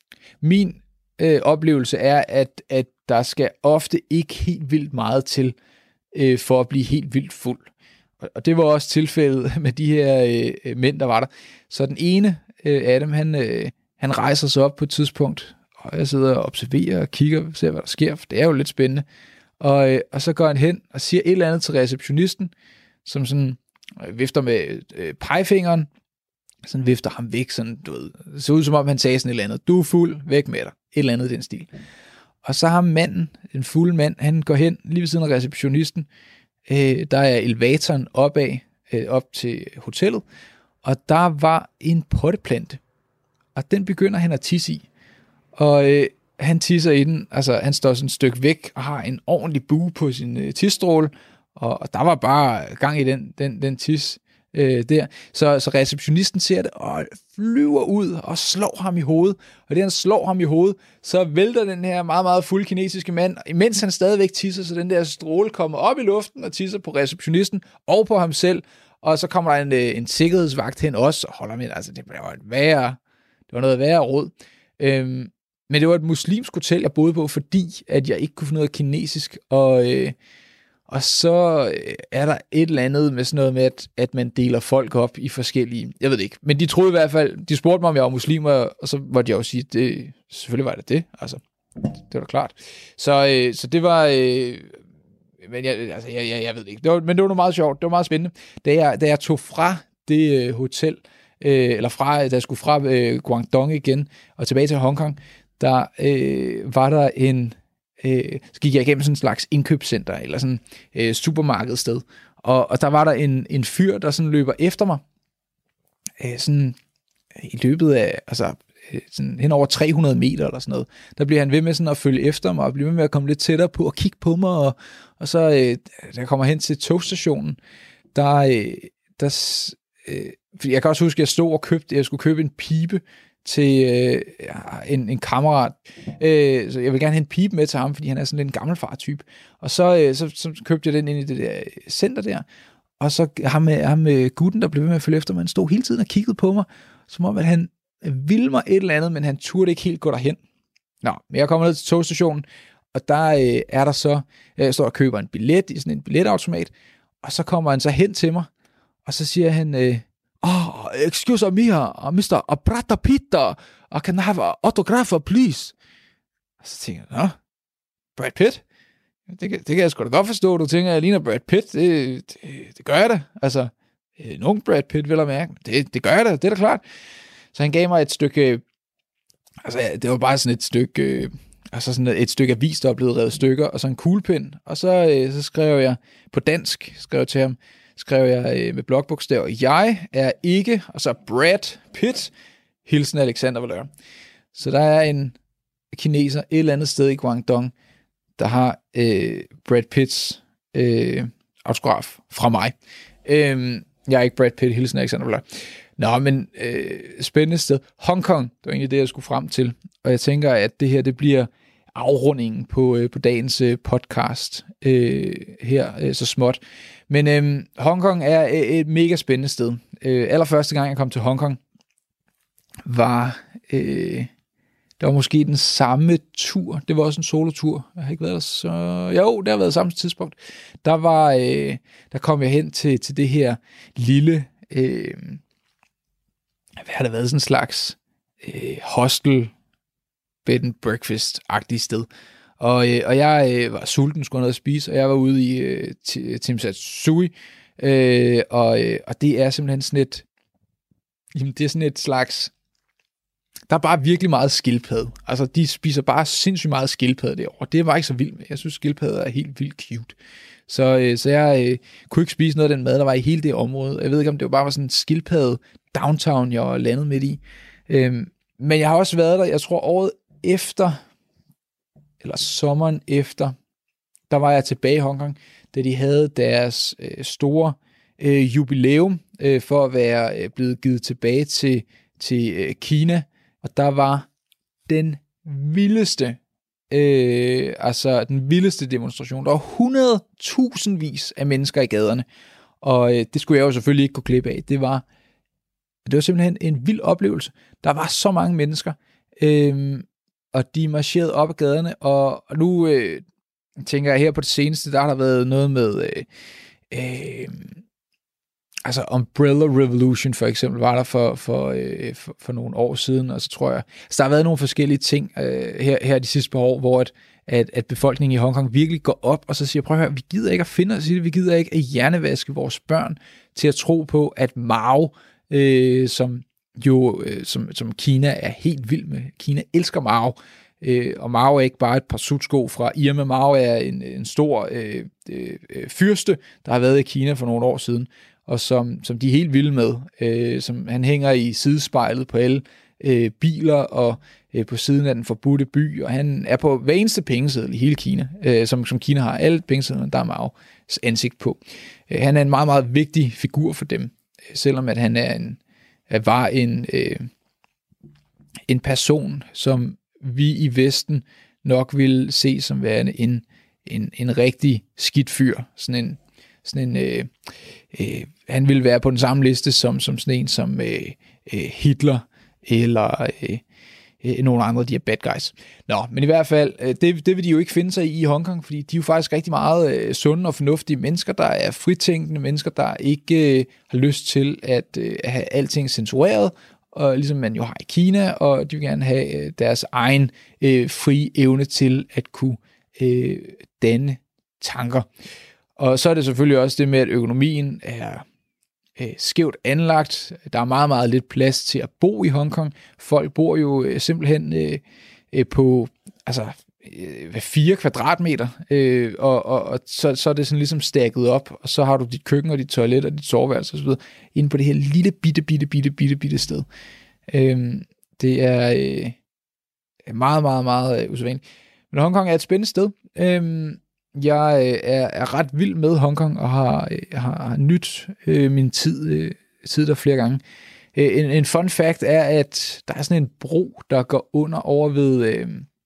Min øh, oplevelse er, at, at der skal ofte ikke helt vildt meget til, øh, for at blive helt vildt fuld. Og, og det var også tilfældet med de her øh, mænd, der var der. Så den ene øh, af dem, han, øh, han rejser sig op på et tidspunkt, og jeg sidder og observerer og kigger og ser, hvad der sker, for det er jo lidt spændende. Og, øh, og så går han hen og siger et eller andet til receptionisten, som sådan øh, vifter med øh, pegefingeren, sådan vifter ham væk, sådan, du ved, det ser ud som om han sagde sådan et eller andet, du er fuld, væk med dig, et eller andet i den stil. Og så har manden, en fuld mand, han går hen lige ved siden af receptionisten, øh, der er elevatoren opad, øh, op til hotellet, og der var en potteplante, og den begynder han at tisse i. Og øh, han tisser i den, altså han står sådan et stykke væk og har en ordentlig bue på sin øh, tisstråle, og, og der var bare gang i den, den, den tis øh, der. Så, så receptionisten ser det og flyver ud og slår ham i hovedet, og det han slår ham i hovedet, så vælter den her meget, meget fulde kinesiske mand, imens han stadigvæk tisser, så den der stråle kommer op i luften og tisser på receptionisten og på ham selv, og så kommer der en, øh, en sikkerhedsvagt hen også og holder med, altså det var, et værre, det var noget værre råd. Øhm, Men det var et muslimsk hotel, jeg boede på, fordi at jeg ikke kunne finde noget kinesisk. Og, øh, og så er der et eller andet med sådan noget med, at, at man deler folk op i forskellige... Jeg ved det ikke. Men de troede i hvert fald... De spurgte mig, om jeg var muslim, og så måtte jeg jo sige, det, selvfølgelig var det det. Altså, det var da klart. Så, øh, så det var... Øh, men jeg, altså, jeg, jeg, jeg ved det ikke. Det var, men det var noget meget sjovt. Det var meget spændende. Da jeg, da jeg tog fra det øh, hotel, øh, eller fra, da jeg skulle fra øh, Guangdong igen, og tilbage til Hongkong, der øh, var der en, øh, så gik jeg igennem sådan en slags indkøbscenter, eller sådan et øh, supermarkedsted, og, og der var der en, en fyr, der sådan løber efter mig, øh, sådan i løbet af, altså øh, sådan hen over tre hundrede meter eller sådan noget, der bliver han ved med sådan at følge efter mig, og bliver ved med at komme lidt tættere på, og kigge på mig, og, og så, øh, da jeg kommer hen til togstationen, der, øh, der øh, fordi jeg kan også huske, at jeg stod og købte, jeg skulle købe en pibe, til øh, en, en kammerat. Øh, så jeg vil gerne have en pipe med til ham, fordi han er sådan lidt en gammelfar-type. Og så, øh, så, så købte jeg den ind i det der center der, og så ham med, ham med gutten, der blev ved med at følge efter mig, han stod hele tiden og kiggede på mig, som om at han ville mig et eller andet, men han turde ikke helt gå derhen. Nå, men jeg kommer ned til togstationen, og der øh, er der så, jeg står og køber en billet i sådan en billetautomat, og så kommer han så hen til mig, og så siger han... Øh, Oh, excuse me, mister Brad Pitt, I can have an autograph, please. Og så tænker jeg, nå, Brad Pitt? Det kan, det kan jeg sgu da godt forstå, du tænker, at jeg ligner Brad Pitt. Det, det, det gør jeg da. Altså, nogen Brad Pitt vil jeg mærke. Det, det gør jeg da, det er da klart. Så han gav mig et stykke, altså det var bare sådan et stykke, altså sådan et stykke avis, der er blevet revet stykker, og så en kuglepen. Og så, så skrev jeg på dansk, skrev til ham, skrev jeg øh, med blokbogstaver, jeg er ikke, og så Brad Pitt, hilsen Alexander Valeur. Så der er en kineser et eller andet sted i Guangdong, der har øh, Brad Pitts øh, autograf fra mig. Øh, jeg er ikke Brad Pitt, hilsen Alexander Valeur. Nå, men øh, spændende sted. Hongkong, det var egentlig det, jeg skulle frem til. Og jeg tænker, at det her, det bliver afrundingen på, øh, på dagens øh, podcast øh, her, øh, så småt. Men øh, Hongkong er et mega spændende sted. Øh, allerførste gang, jeg kom til Hongkong, var, øh, det Det var måske den samme tur. Det var også en solotur. Jeg har ikke været der så... Jo, det har været samme tidspunkt. Der var... Øh, der kom jeg hen til, til det her lille... Øh, hvad har det været? Sådan en slags øh, hostel, bed and breakfast-agtigt sted. Og, øh, og jeg øh, var sulten, skulle have noget at spise, og jeg var ude i øh, Timsatsui. Øh, og, øh, og det er simpelthen sådan et... Jamen, det er sådan et slags... Der er bare virkelig meget skildpadde. Altså, de spiser bare sindssygt meget skildpadde derovre. Det var ikke så vildt med. Jeg synes, skildpadde er helt vildt cute. Så, øh, så jeg øh, kunne ikke spise noget af den mad, der var i hele det område. Jeg ved ikke, om det var bare var sådan en skildpadde downtown, jeg var landet midt i. Øh, men jeg har også været der, jeg tror året efter, eller sommeren efter, der var jeg tilbage i Hongkong, da de havde deres øh, store øh, jubilæum øh, for at være øh, blevet givet tilbage til, til øh, Kina. Og der var den vildeste, øh, altså den vildeste demonstration. Der var hundredtusindvis af mennesker i gaderne, og øh, det skulle jeg jo selvfølgelig ikke gå glip af. Det var, det var simpelthen en vild oplevelse. Der var så mange mennesker, øh, og de marcherede op ad gaderne, og, og nu øh, tænker jeg her på det seneste, der har der været noget med... Øh, øh, Altså Umbrella Revolution for eksempel var der for, for, øh, for, for nogle år siden, og så tror jeg, så der har været nogle forskellige ting øh, her, her de sidste par år, hvor at, at, at befolkningen i Hongkong virkelig går op, og så siger, prøv at høre, vi gider ikke at finde os i det, vi gider ikke at hjernevaske vores børn til at tro på, at Mao, øh, som jo, øh, som, som Kina er helt vild med, Kina elsker Mao, øh, og Mao er ikke bare et par sutsko fra Irma, Mao er en, en stor øh, øh, fyrste, der har været i Kina for nogle år siden, og som, som de er helt vilde med, øh, som han hænger i sidespejlet på alle øh, biler, og øh, på siden af den forbudte by, og han er på hver eneste pengeseddel i hele Kina, øh, som, som Kina har, alle pengesedlerne, der er Maos ansigt på. Øh, han er en meget, meget vigtig figur for dem, øh, selvom at han er en, at var en, øh, en person, som vi i Vesten nok vil se som værende en, en, en rigtig skidt fyr, sådan en, sådan en øh, øh, han ville være på den samme liste som, som sådan en som øh, øh, Hitler eller øh, øh, nogle andre af de her bad guys. Nå, men i hvert fald, øh, det, det vil de jo ikke finde sig i i Hongkong, fordi de er jo faktisk rigtig meget øh, sunde og fornuftige mennesker, der er fritænkende mennesker, der ikke øh, har lyst til at øh, have alting censureret, og ligesom man jo har i Kina, og de vil gerne have øh, deres egen øh, frie evne til at kunne øh, danne tanker. Og så er det selvfølgelig også det med, at økonomien er øh, skævt anlagt. Der er meget, meget lidt plads til at bo i Hongkong. Folk bor jo øh, simpelthen øh, øh, på altså, øh, fire kvadratmeter, øh, og, og, og så, så er det sådan ligesom stakket op, og så har du dit køkken og dit toilet og dit soveværelse osv. inde på det her lille, bitte, bitte, bitte, bitte, bitte sted. Øh, det er øh, meget, meget, meget øh, usædvanligt. Men Hongkong er et spændende sted. Øh, Jeg er, er ret vild med Hongkong, og har, har, har nyt øh, min tid, øh, tid der flere gange. Øh, en, en fun fact er, at der er sådan en bro, der går under over ved, øh,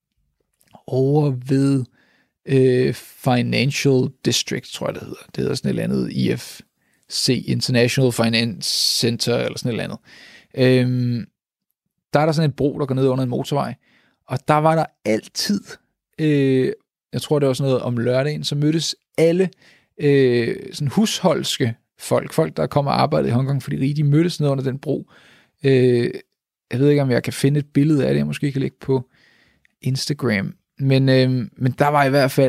over ved øh, Financial District, tror jeg det hedder. Det hedder sådan et eller andet I F C, International Finance Center, eller sådan et eller andet. Øh, der er der sådan en bro, der går ned under en motorvej, og der var der altid... Øh, jeg tror, det var sådan noget om lørdagen, så mødtes alle øh, sådan husholdske folk, folk, der kommer og arbejder i Hongkong for de rige, de mødtes ned under den bro. Øh, jeg ved ikke, om jeg kan finde et billede af det, jeg måske kan lægge på Instagram, men, øh, men der var i hvert fald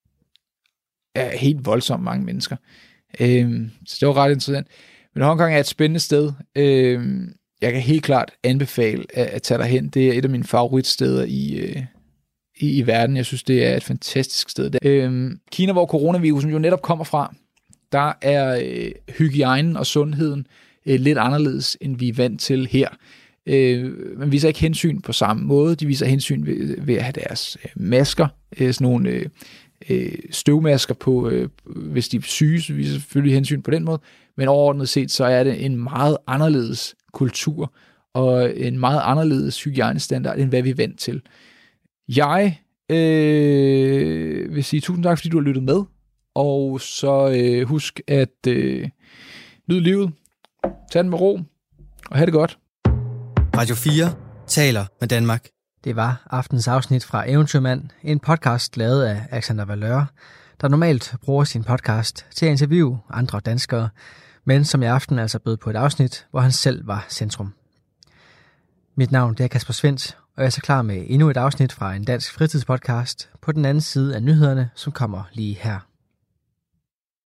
ja, helt voldsomt mange mennesker. Øh, så det var ret interessant. Men Hongkong er et spændende sted. Øh, jeg kan helt klart anbefale at, at tage derhen. Det er et af mine favoritsteder i... Øh, I, i verden. Jeg synes, det er et fantastisk sted. Øhm, Kina, hvor coronavirusen jo netop kommer fra, der er øh, hygiejnen og sundheden øh, lidt anderledes, end vi er vant til her. Øh, man viser ikke hensyn på samme måde. De viser hensyn ved, ved at have deres øh, masker, øh, sådan nogle øh, øh, støvmasker på, øh, hvis de er syge, så viser selvfølgelig hensyn på den måde. Men overordnet set, så er det en meget anderledes kultur, og en meget anderledes hygiejnestandard, end hvad vi er vant til. Jeg øh, vil sige tusind tak, fordi du har lyttet med, og så øh, husk at øh, nyde livet, tag den med ro, og have det godt. Radio fire taler med Danmark. Det var aftens afsnit fra Eventyrmand, en podcast lavet af Alexander Valeur, der normalt bruger sin podcast til at interviewe andre danskere, men som i aften altså bød på et afsnit, hvor han selv var centrum. Mit navn det er Kasper Svendt, og jeg er så klar med endnu et afsnit fra en dansk fritidspodcast på den anden side af nyhederne, som kommer lige her.